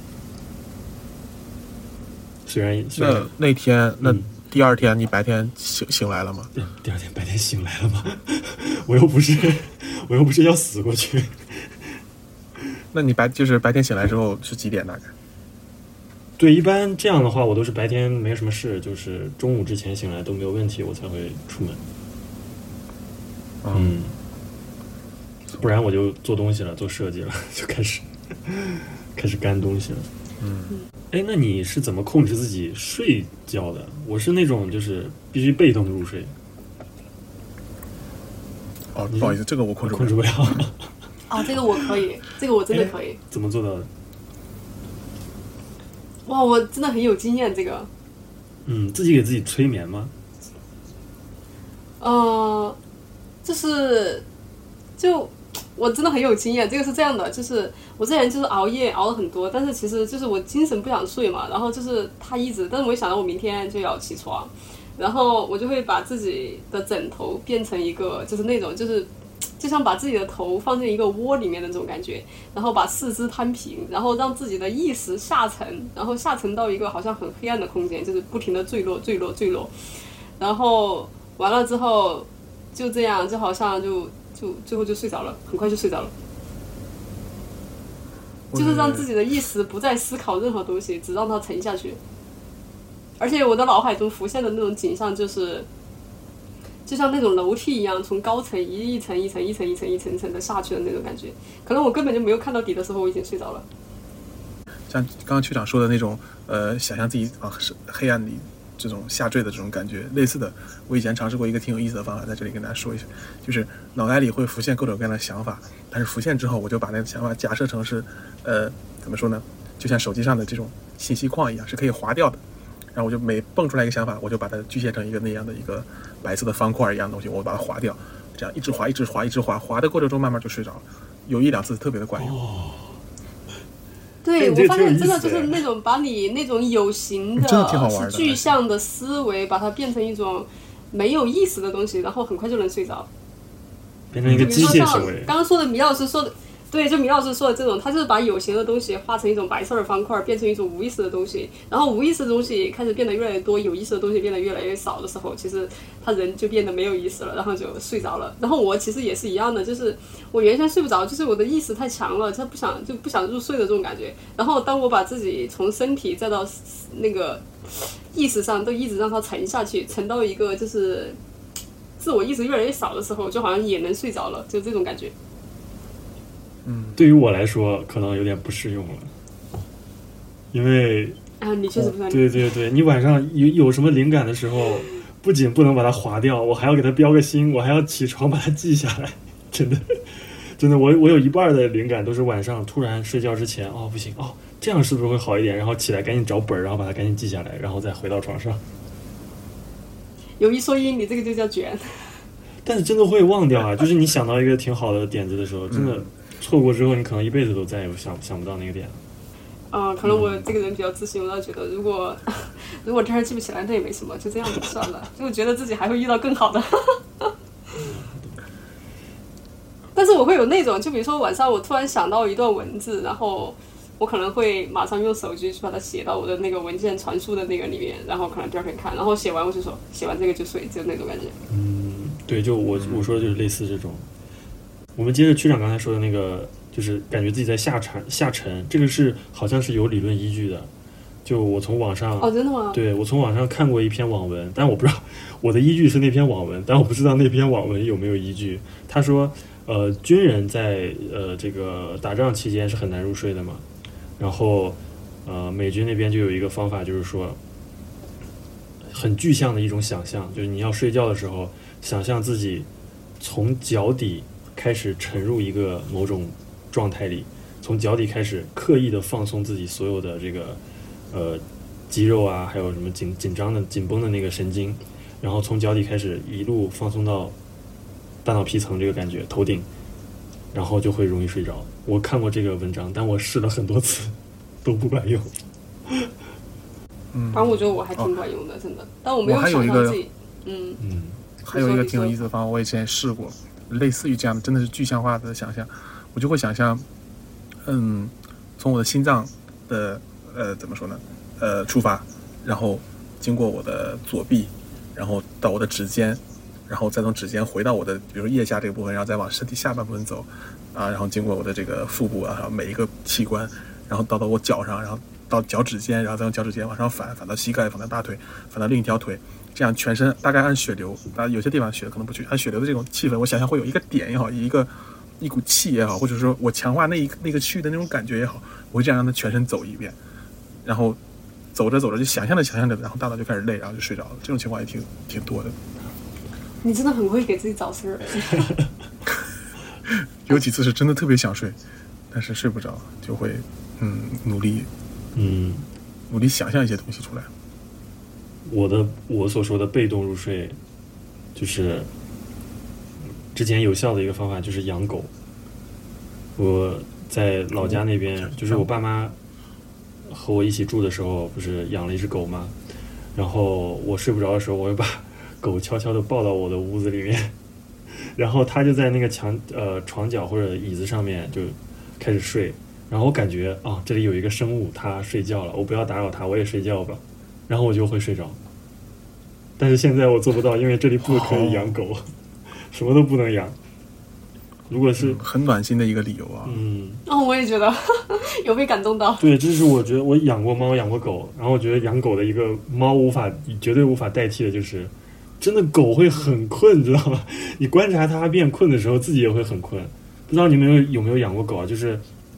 虽然那天第二天你白天醒来了吗？ 第二天白天醒来了吗？我又不是要死过去。 那你就是白天醒来之后是几点大概？ 对，一般这样的话我都是白天没什么事，就是中午之前醒来都没有问题，我才会出门。不然我就做东西了，做设计了，就开始干东西了。那你是怎么控制自己睡觉的？我是那种就是必须被动入睡。 不好意思，这个我控制不了。 这个我可以，这个我真的可以。 怎么做到的？ 哇，我真的很有经验这个。 自己给自己催眠吗？ 我真的很有经验。这个是这样的，就是我之前就是熬夜熬了很多，但是其实就是我精神不想睡嘛，然后就是但是我一想到我明天就要起床，然后我就会把自己的枕头变成一个就是那种就像把自己的头放进一个窝里面的那种感觉，然后把四肢摊平，然后让自己的意识下沉，然后下沉到一个好像很黑暗的空间，就是不停的坠落，然后完了之后就这样，就好像就最后就睡着了，很快就睡着了。就是让自己的意识不再思考任何东西，只让它沉下去。而且我的脑海中浮现的那种景象就是就像那种楼梯一样，从高层一层一层的下去的那种感觉。可能我根本就没有看到底的时候，我已经睡着了。 像刚刚区长说的那种想象自己黑暗里这种下坠的这种感觉类似的，我以前尝试过一个挺有意思的方法，在这里跟大家说一下。就是脑袋里会浮现各种各样的想法，但是浮现之后我就把那个想法假设成是怎么说呢，就像手机上的这种信息框一样，是可以划掉的。然后我就每蹦出来一个想法，我就把它具现成一个那样的一个白色的方块一样的东西，我把它划掉，这样一直划的过程中慢慢就睡着了，有1-2次特别的管用。 对，我发现真的就是那种把你那种有形的是具象的思维，把它变成一种没有意识的东西，然后很快就能睡着， 变成一个机械行为。 刚刚说的米老师说的，对，就米老师说的这种，他就是把有形的东西画成一种白色的方块，变成一种无意识的东西，然后无意识的东西开始变得越来越多，有意识的东西变得越来越少的时候，其实他人就变得没有意识了，然后就睡着了。然后我其实也是一样的，就是我原先睡不着，就是我的意识太强了，他不想入睡的这种感觉。然后当我把自己从身体再到那个意识上都一直让它沉下去，沉到一个就是自我意识越来越少的时候，就好像也能睡着了，就这种感觉。 对于我来说可能有点不适用了，因为你确实不算。 对，你晚上有什么灵感的时候，不仅不能把它划掉，我还要给它标个星，我还要起床把它记下来。真的，我有一半的灵感都是晚上突然睡觉之前，不行，这样是不是会好一点？然后起来赶紧找本，然后把它赶紧记下来，然后再回到床上。 有一说一，你这个就叫卷。 但是真的会忘掉啊！就是你想到一个挺好的点子的时候，真的错过之后，你可能一辈子都再也想不到那个点了。 可能我这个人比较自信，我倒觉得如果这儿记不起来，那也没什么，就这样子算了。就觉得自己还会遇到更好的。但是我会有那种，就比如说晚上我突然想到一段文字，然后我可能会马上用手机去把它写到我的那个文件传输的那个里面，然后可能第二天看，然后写完我就说写完这个就睡，就那种感觉。 对，就我说的就是类似这种。我们接着区长刚才说的那个，就是感觉自己在下沉，这个是好像是有理论依据的。 就我从网上真的吗？ 对，我从网上看过一篇网文，但我不知道我的依据是那篇网文，但我不知道那篇网文有没有依据。他说，军人在这个打仗期间是很难入睡的嘛，然后美军那边就有一个方法，就是说很具象的一种想象，就是你要睡觉的时候，想象自己从脚底开始沉入一个某种状态里，从脚底开始刻意的放松自己所有的这个肌肉啊，还有什么紧张的紧绷的那个神经，然后从脚底开始一路放松到大脑皮层这个感觉头顶，然后就会容易睡着。我看过这个文章，但我试了很多次都不管用。 反正我觉得我还挺管用的，真的。但我没有还有一个想到自己， 还有一个挺有意思的方法，我以前试过，类似于这样的，真的是具象化的想象。我就会想象，从我的心脏的怎么说呢，出发，然后经过我的左臂，然后到我的指尖，然后再从指尖回到我的比如说腋下这个部分，然后再往身体下半部分走，然后经过我的这个腹部啊，每一个器官，然后到我脚上，然后到脚趾尖，然后再从脚趾尖往上反到膝盖，反到大腿，反到另一条腿，这样全身大概按血流，有些地方血可能不去，按血流的这种气氛，我想象会有一个点也好，一股气也好，或者说我强化那个区域的那种感觉也好，我会这样让它全身走一遍，然后走着走着就想象着，然后大脑就开始累，然后就睡着了。这种情况也挺多的。 你真的很会给自己找事儿。 有几次是真的特别想睡，但是睡不着，就会努力想象一些东西出来。 我所说的被动入睡，就是之前有效的一个方法，就是养狗。我在老家那边，就是我爸妈和我一起住的时候，不是养了一只狗嘛，然后我睡不着的时候，我会把狗悄悄地抱到我的屋子里面，然后它就在那个床角或者椅子上面就开始睡，然后我感觉这里有一个生物，它睡觉了，我不要打扰它，我也睡觉吧，然后我就会睡着。但是现在我做不到，因为这里不可以养狗，什么都不能养。如果是很暖心的一个理由啊。 我也觉得有被感动到。 对，这是我觉得我养过猫养过狗，然后我觉得养狗的一个猫绝对无法代替的就是真的狗会很困，你知道吗？你观察它变困的时候自己也会很困。不知道你们有没有养过狗啊？就是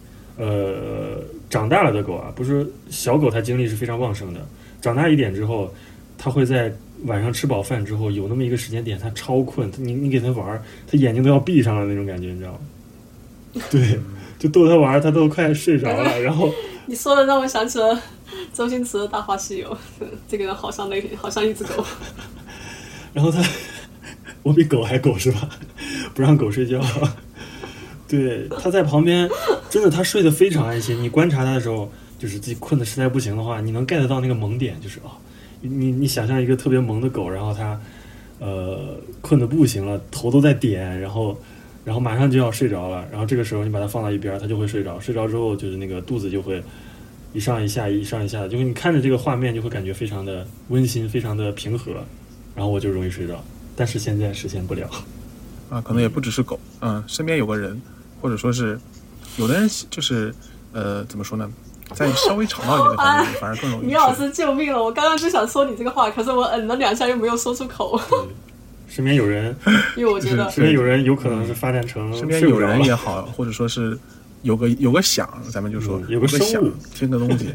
长大了的狗啊，不是小狗它精力是非常旺盛的，长大一点之后它会在晚上吃饱饭之后有那么一个时间点它超困，你给它玩它眼睛都要闭上了那种感觉，你知道吗？对，就逗它玩它都快睡着了。然后你说的让我想起了周星驰的《大话西游》，这个人好像一只狗。 然后我比狗还狗是吧？不让狗睡觉。对，它在旁边，真的它睡得非常安心。你观察它的时候，就是自己困得实在不行的话，你能 get 到那个萌点，就是你想象一个特别萌的狗，然后它困得不行了，头都在点，然后马上就要睡着了，然后这个时候你把它放到一边，它就会睡着。睡着之后，就是那个肚子就会一上一下，一上一下，就是你看着这个画面就会感觉非常的温馨，非常的平和，然后我就容易睡着。但是现在实现不了。 可能也不只是狗，身边有个人，或者说是有的人就是怎么说呢，在稍微吵闹一点的环境里反而更容易。 米老师救命了！我刚刚就想说你这个话，可是我摁了2下又没有说出口。 身边有人， 因为我觉得身边有人有可能是发展成身边有人也好，或者说是有个响，咱们就说有个响，听个东西，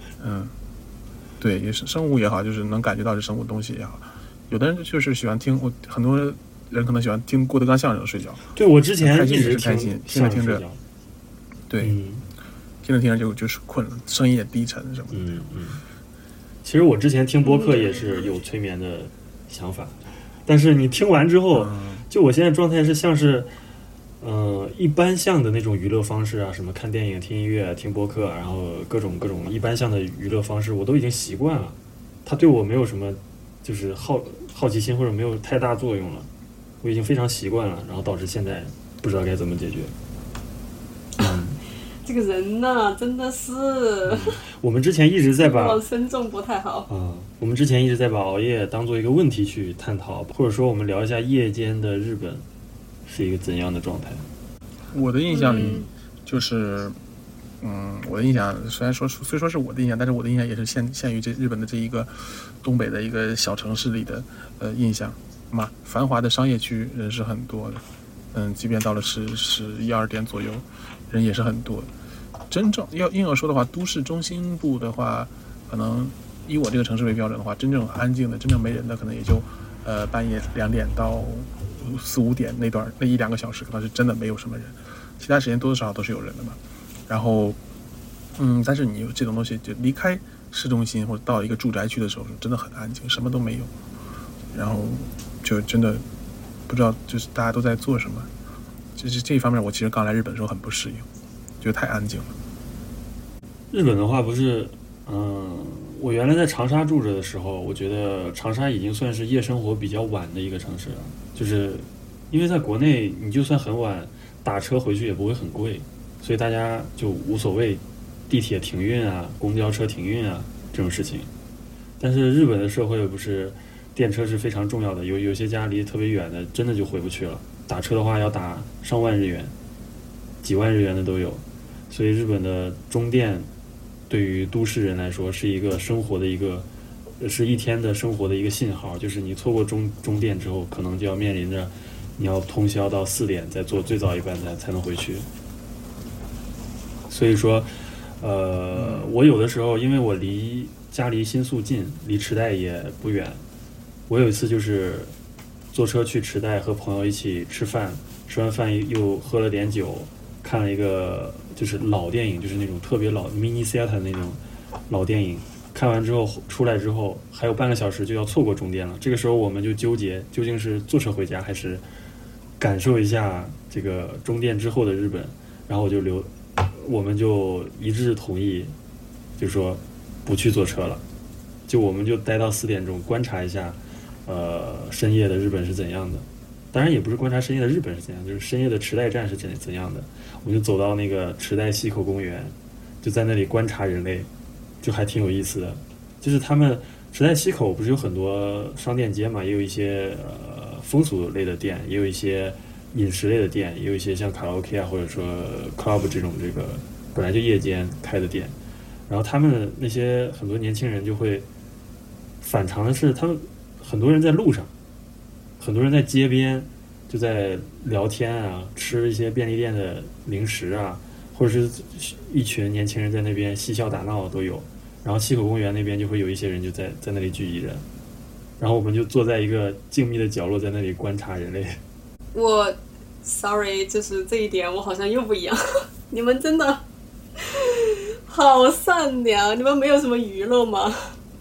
对，也是生物也好，就是能感觉到是生物东西也好。有的人就是喜欢听，很多人可能喜欢听郭德纲相声睡觉。 对，我之前一直开心，听着听着，对，听着听着就是困了，声音也低沉什么的。 其实我之前听播客也是有催眠的想法，但是你听完之后，就我现在状态是像是一般向的那种娱乐方式啊，什么看电影、听音乐、听播客，然后各种一般向的娱乐方式，我都已经习惯了，它对我没有什么就是好奇心或者没有太大作用了，我已经非常习惯了，然后导致现在不知道该怎么解决。 这个人呢，真的是， 我们之前一直在把身重不太好我们之前一直在把熬夜当做一个问题去探讨，或者说我们聊一下夜间的日本是一个怎样的状态。 我的印象里就是我的印象虽说是我的印象，但是我的印象也是限于这日本的这一个东北的一个小城市里的印象嘛。繁华的商业区人是很多的，即便到了11、12点左右，人也是很多的。真正硬要说的话，都市中心部的话，可能以我这个城市为标准的话，真正安静的、真正没人的，可能也就半夜2点到4、5点那1-2个小时，可能是真的没有什么人，其他时间多多少少都是有人的嘛。然后，但是你这种东西就离开市中心或者到一个住宅区的时候，真的很安静，什么都没有，然后就真的不知道就是大家都在做什么。就是这一方面，我其实刚来日本的时候很不适应，觉得太安静了。 日本的话不是，我原来在长沙住着的时候，我觉得长沙已经算是夜生活比较晚的一个城市了。就是因为在国内，你就算很晚打车回去也不会很贵，所以大家就无所谓地铁停运啊、公交车停运啊这种事情。但是日本的社会不是电车是非常重要的，有些家离特别远的，真的就回不去了。打车的话要打上万日元、几万日元的都有，所以日本的中电对于都市人来说是一个生活的是一天的生活的一个信号，就是你错过中电之后，可能就要面临着你要通宵到4点再坐最早一班才能回去。所以说，我有的时候因为我家离新宿近，离池袋也不远，我有一次就是坐车去池袋和朋友一起吃饭，吃完饭又喝了点酒，看了一个就是老电影，就是那种特别老 mini theater 那种老电影。看完之后出来之后还有半个小时就要错过终点了，这个时候我们就纠结究竟是坐车回家还是感受一下这个终点之后的日本。然后我们就一致同意，就说不去坐车了，就我们就待到4点钟观察一下深夜的日本是怎样的。当然也不是观察深夜的日本是怎样，就是深夜的池袋站是怎样的。我们就走到那个池袋西口公园，就在那里观察人类，就还挺有意思的。就是他们池袋西口不是有很多商店街嘛，也有一些风俗类的店，也有一些饮食类的店，也有一些像卡拉 OK 啊或者说 club 这种本来就夜间开的店。然后他们那些很多年轻人就会反常的是，他们很多人在路上，很多人在街边就在聊天啊，吃一些便利店的零食啊，或者是一群年轻人在那边嬉笑打闹都有。然后西口公园那边就会有一些人就在那里聚集着，然后我们就坐在一个静谧的角落，在那里观察人类。 sorry， 就是这一点我好像又不一样。你们真的好善良，你们没有什么娱乐吗？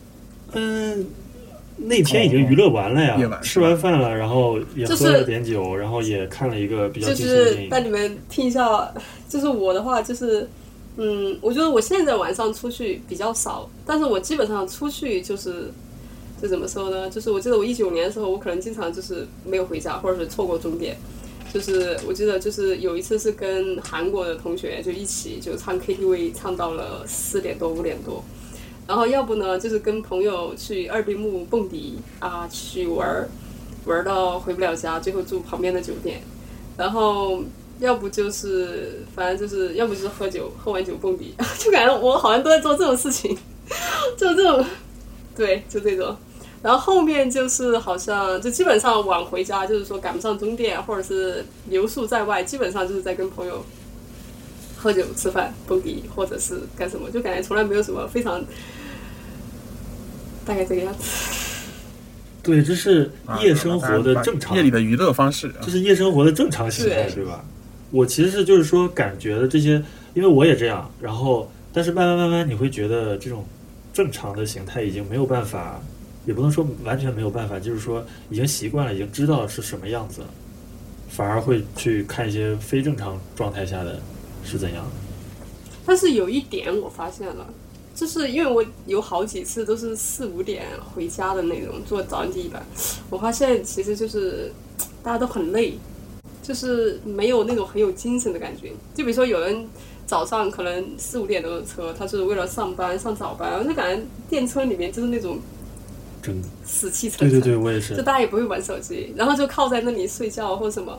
那天已经娱乐完了呀， 夜晚吃完饭了，然后也喝了点酒，然后也看了一个比较惊悚的电影。 带你们听一下，就是我的话就是，我觉得我现在晚上出去比较少，但是我基本上出去就怎么说呢？就是我记得我19年的时候，我可能经常就是没有回家，或者是错过终点。就是我记得就是有一次是跟韩国的同学就一起就唱 KTV， 唱到了4点多5点多。然后要不呢，就是跟朋友去二丁目蹦迪啊，去玩到回不了家，最后住旁边的酒店。然后要不就是反正就是要不就是喝酒，喝完酒蹦迪，就感觉我好像都在做这种事情，就这种，对，就这种。然后后面就是好像就基本上晚回家，就是说赶不上终点，或者是留宿在外，基本上就是在跟朋友喝酒吃饭蹦迪或者是干什么，就感觉从来没有什么非常大概这个样子。 对，这是夜生活的正常， 夜里的娱乐方式， 这是夜生活的正常形态，对吧？我其实是就是说感觉的这些，因为我也这样，然后但是慢慢你会觉得这种正常的形态已经没有办法，也不能说完全没有办法，就是说已经习惯了，已经知道是什么样子了，反而会去看一些非正常状态下的是怎样的。 但是有一点我发现了，就是因为我有好几次都是4、5点回家的那种，坐早上第一班，我发现其实就是大家都很累，就是没有那种很有精神的感觉。就比如说有人早上可能4、5点多的车，他就是为了上班上早班，就感觉电车里面就是那种死气沉沉。 对，我也是。 就大家也不会玩手机，然后就靠在那里睡觉或什么。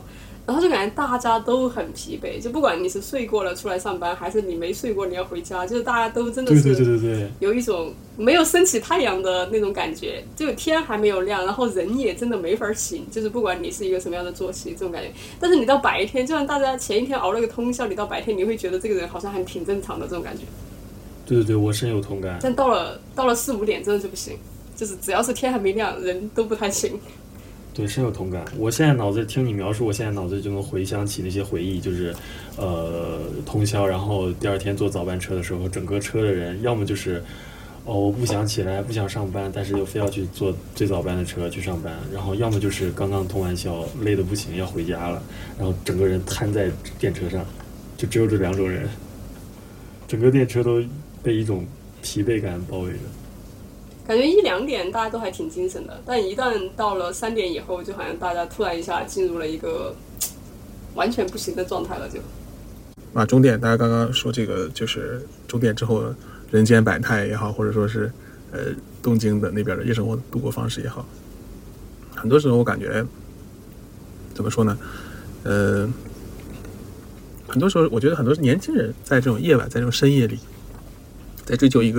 然后就感觉大家都很疲惫，就不管你是睡过了出来上班，还是你没睡过你要回家，就是大家都真的是有一种没有升起太阳的那种感觉，就天还没有亮，然后人也真的没法醒，就是不管你是一个什么样的作息这种感觉。但是你到白天，就算大家前一天熬了个通宵，你到白天你会觉得这个人好像还挺正常的这种感觉。 对，我深有同感。 但到了4-5点真的就不行，就是只要是天还没亮，人都不太行。 对，深有同感。我现在脑子听你描述，我现在脑子就能回想起那些回忆，就是通宵，然后第二天坐早班车的时候，整个车的人要么就是我不想起来，不想上班，但是又非要去坐最早班的车去上班，然后要么就是刚刚通完宵，累得不行要回家了，然后整个人瘫在电车上，就只有这两种人，整个电车都被一种疲惫感包围着。 感觉1-2点大家都还挺精神的，但一旦到了3点以后，就好像大家突然一下进入了一个完全不行的状态了就。 终点，大家刚刚说这个就是终点之后人间百态也好，或者说是东京的那边的夜生活度过方式也好，很多时候我感觉怎么说呢？很多时候我觉得很多年轻人在这种夜晚，在这种深夜里，在追求一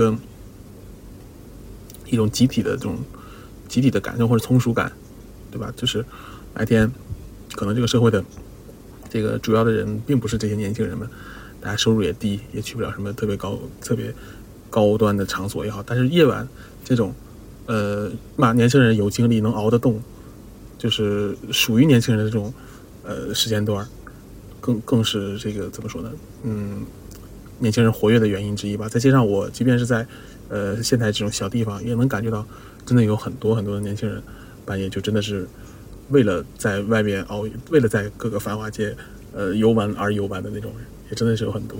种集体的感受或者从属感，对吧？就是白天可能这个社会的这个主要的人并不是这些年轻人们，大家收入也低，也去不了什么特别高端的场所也好，但是夜晚这种年轻人有精力能熬得动，就是属于年轻人的这种时间段，更是这个怎么说呢？年轻人活跃的原因之一吧。再加上我即便是在现在这种小地方，也能感觉到真的有很多很多的年轻人半夜就真的是为了在外面熬，为了在各个繁华街游玩而游玩的那种人，也真的是有很多。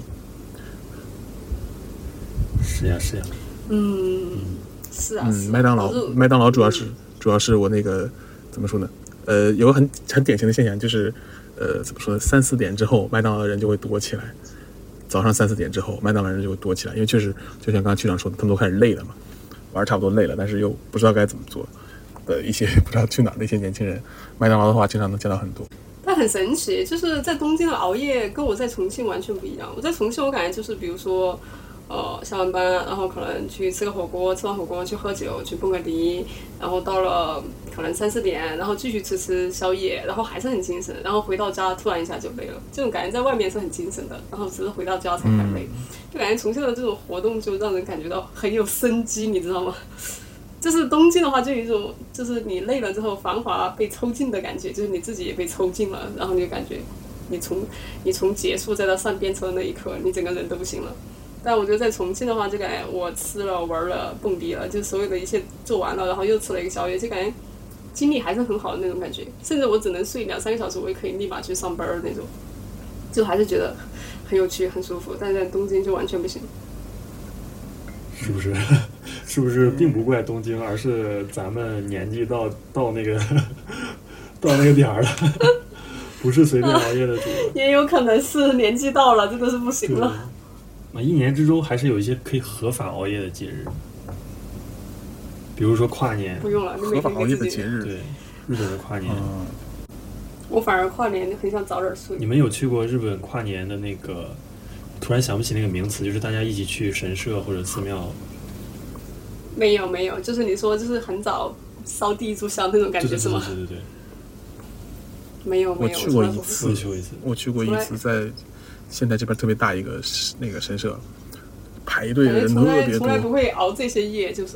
是呀。 是啊。 麦当劳主要是我那个怎么说呢？有个很典型的现象，就是怎么说呢？3-4点之后，麦当劳的人就会多起来。早上3-4点之后，麦当劳人就会多起来，因为确实就像刚刚区长说的，他们都开始累了嘛，玩差不多累了，但是又不知道该怎么做的一些不知道去哪的一些年轻人，麦当劳的话经常能见到很多。 但很神奇，就是在东京的熬夜跟我在重庆完全不一样。我在重庆，我感觉就是比如说下完班，然后可能去吃个火锅，吃完火锅去喝酒，去蹦个迪，然后到了可能3-4点，然后继续吃宵夜，然后还是很精神，然后回到家突然一下就累了。这种感觉在外面是很精神的，然后只是回到家才很累，就感觉重庆的这种活动就让人感觉到很有生机，你知道吗？就是东京的话，就有一种就是你累了之后，繁华被抽尽的感觉，就是你自己也被抽尽了，然后你就感觉你从结束再到上电车的那一刻，你整个人都不行了。但我觉得在重庆的话，就感觉我吃了玩了蹦迪了，就所有的一切做完了，然后又吃了一个宵夜，就感觉精力还是很好的那种感觉。甚至我只能睡2-3个小时，我也可以立马去上班的那种，就还是觉得很有趣很舒服。但是在东京就完全不行。 是不是？是不是并不怪东京，而是咱们年纪到那个到那个点儿了，不是随便熬夜的主。 也有可能是年纪到了，真的是不行了。 一年之中还是有一些可以合法熬夜的节日，比如说跨年。 不用了， 合法熬夜的节日。 对，日本的跨年。 我反而跨年很想早点睡。 你们有去过日本跨年的那个？突然想不起那个名词，就是大家一起去神社或者寺庙。 没有，就是你说就是很早烧第一炷香那种感觉是吗？ 对。 没有。 我去过一次， 我去过一次，在现在这边特别大一个那个神社，排队的人特别多。 从来不会熬这些夜，就是。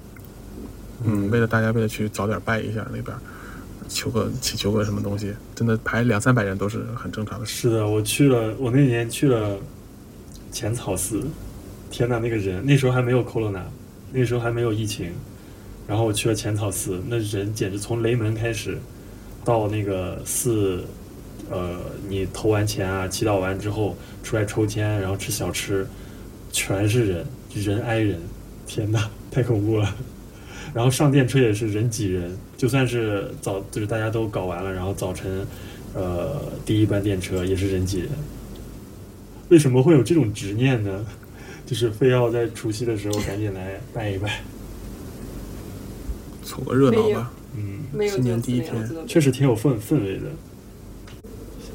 大家为了去早点拜一下那边，祈求个什么东西，真的排200-300人都是很正常的。 是的，我那年去了浅草寺，天哪，那个人那时候还没有 corona， 那时候还没有疫情，然后我去了浅草寺，那人简直从雷门开始到那个寺，你投完钱啊，祈祷完之后出来抽签，然后吃小吃，全是人挨人，天哪，太恐怖了。然后上电车也是人挤人，就算是就是大家都搞完了，然后早晨第一班电车也是人挤人。为什么会有这种执念呢？就是非要在除夕的时候赶紧来拜一拜， 凑个热闹吧。 没有新年第一天， 确实挺有氛围的。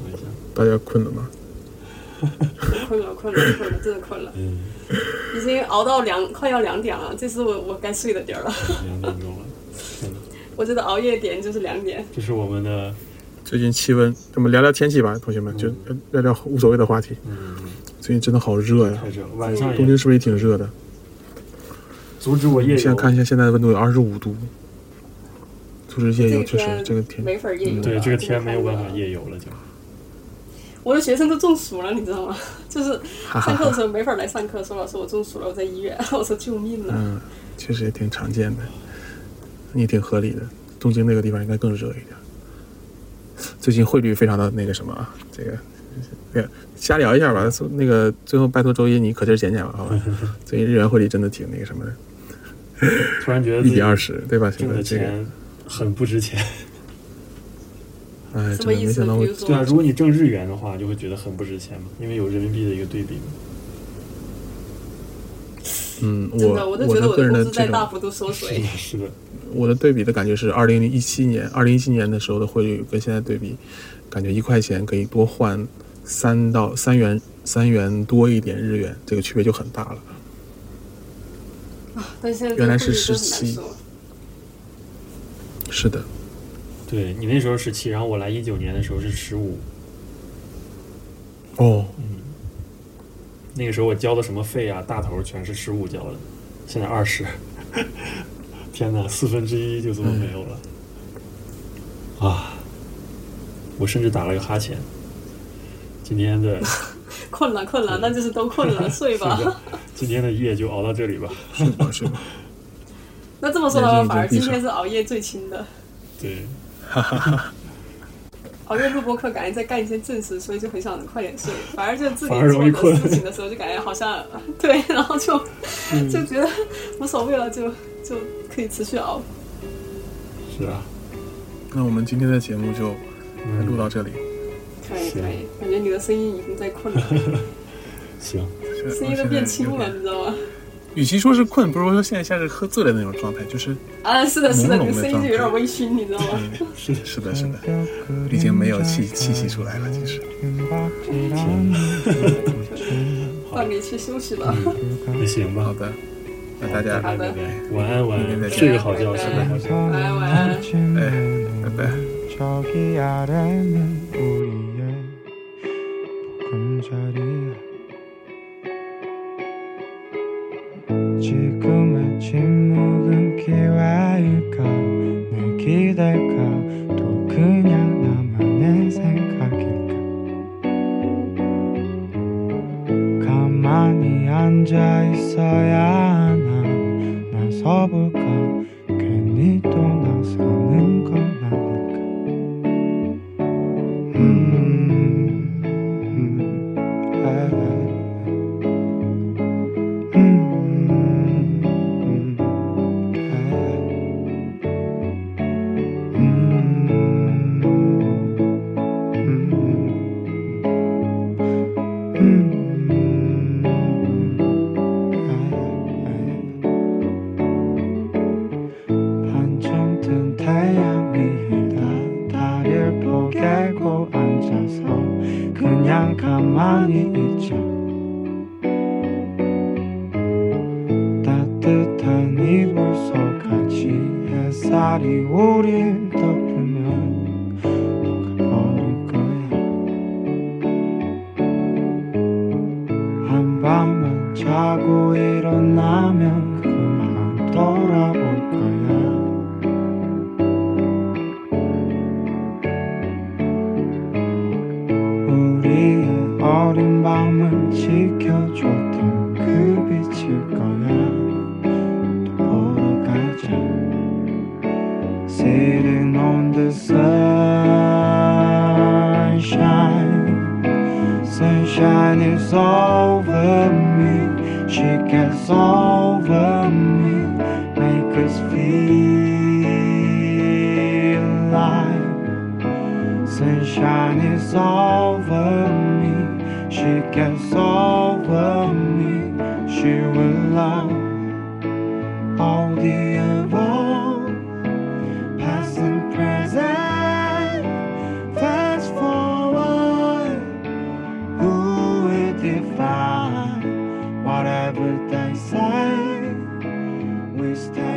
大家困了吗？ 困了，真的困了。已经熬到快要2点了，这是我该睡的点了。 2点钟了，天哪！ 我觉得熬夜点就是2点。 这是我们的最近气温，咱们聊聊天气吧，同学们，就聊聊无所谓的话题。最近真的好热呀， 太热了，晚上东京是不是也挺热的？ 阻止我夜游。 现在看一下，现在的温度有25度，阻止夜游确实这个天没法夜游。 对，这个天没有办法夜游了就。 我的学生都中暑了，你知道吗？就是上课的时候没法来上课，说老师我中暑了，我在医院。我说救命啊！ 确实也挺常见的，也挺合理的。东京那个地方应该更热一点。最近汇率非常的那个什么啊，这个瞎聊一下吧。那个最后拜托周一你可劲儿减减吧，好吧？最近日元汇率真的挺那个什么的。 突然觉得 1比20，对吧？ 挣的钱很不值钱。 哎， 什么意思？ 对啊，如果你挣日元的话，就会觉得很不值钱嘛，因为有人民币的一个对比嘛。 我都觉得我的工资在大幅度缩水。 是的， 我的对比的感觉是2017年的时候的汇率跟现在对比，感觉1块钱可以多换3元多一点日元，这个区别就很大了。 但现在原来是17，是的。 对，你那时候17，然后我来19年的时候是15。 哦， 那个时候我交的什么费啊，大头全是15交的，现在20。天哪，1/4就这么没有了。啊！我甚至打了个哈欠。今天的困了，那就是都困了，睡吧。 今天的夜就熬到这里吧。 是吧？ 那这么说的话，反而今天是熬夜最轻的。 对。 熬夜录播课，感觉在干一些正事，所以就很想快点睡。反而就自己做的事情的时候，就感觉好像对，然后就觉得无所谓了，就可以持续熬。 是啊。 那我们今天的节目就录到这里。 可以，感觉你的声音已经在困了。 行， 声音都变轻了，你知道吗？ 与其说是困，不如说现在像是喝醉了那种状态，就是是的，你的声音就有点微醺，你知道吗？ 是的，已经没有气息出来了，其实。 换你去休息吧。 那行吧， 好的，那大家好的， 晚安，睡个好觉，睡个好觉， 晚安， 拜拜。 지금의 침묵은 기회일까 내 기댈까 또 그냥 나만의 생각일까 가만히 앉아있어야 하나 나서볼까 괜히 또 나서는 건 아닐까 가만히 있자 따뜻한 이불 속같이 햇살이 우릴 덮으면 녹아버릴 거야 한밤만 자고 일어나면 그만 돌아올 거야 어린 밤을 지켜줬던 그 빛일 거야 또 보러 가자 Sitting on the sunshine is over me She gets over me Make us feel alive Sunshine is over me She gets over me She will love all the above Past and present Fast forward this time.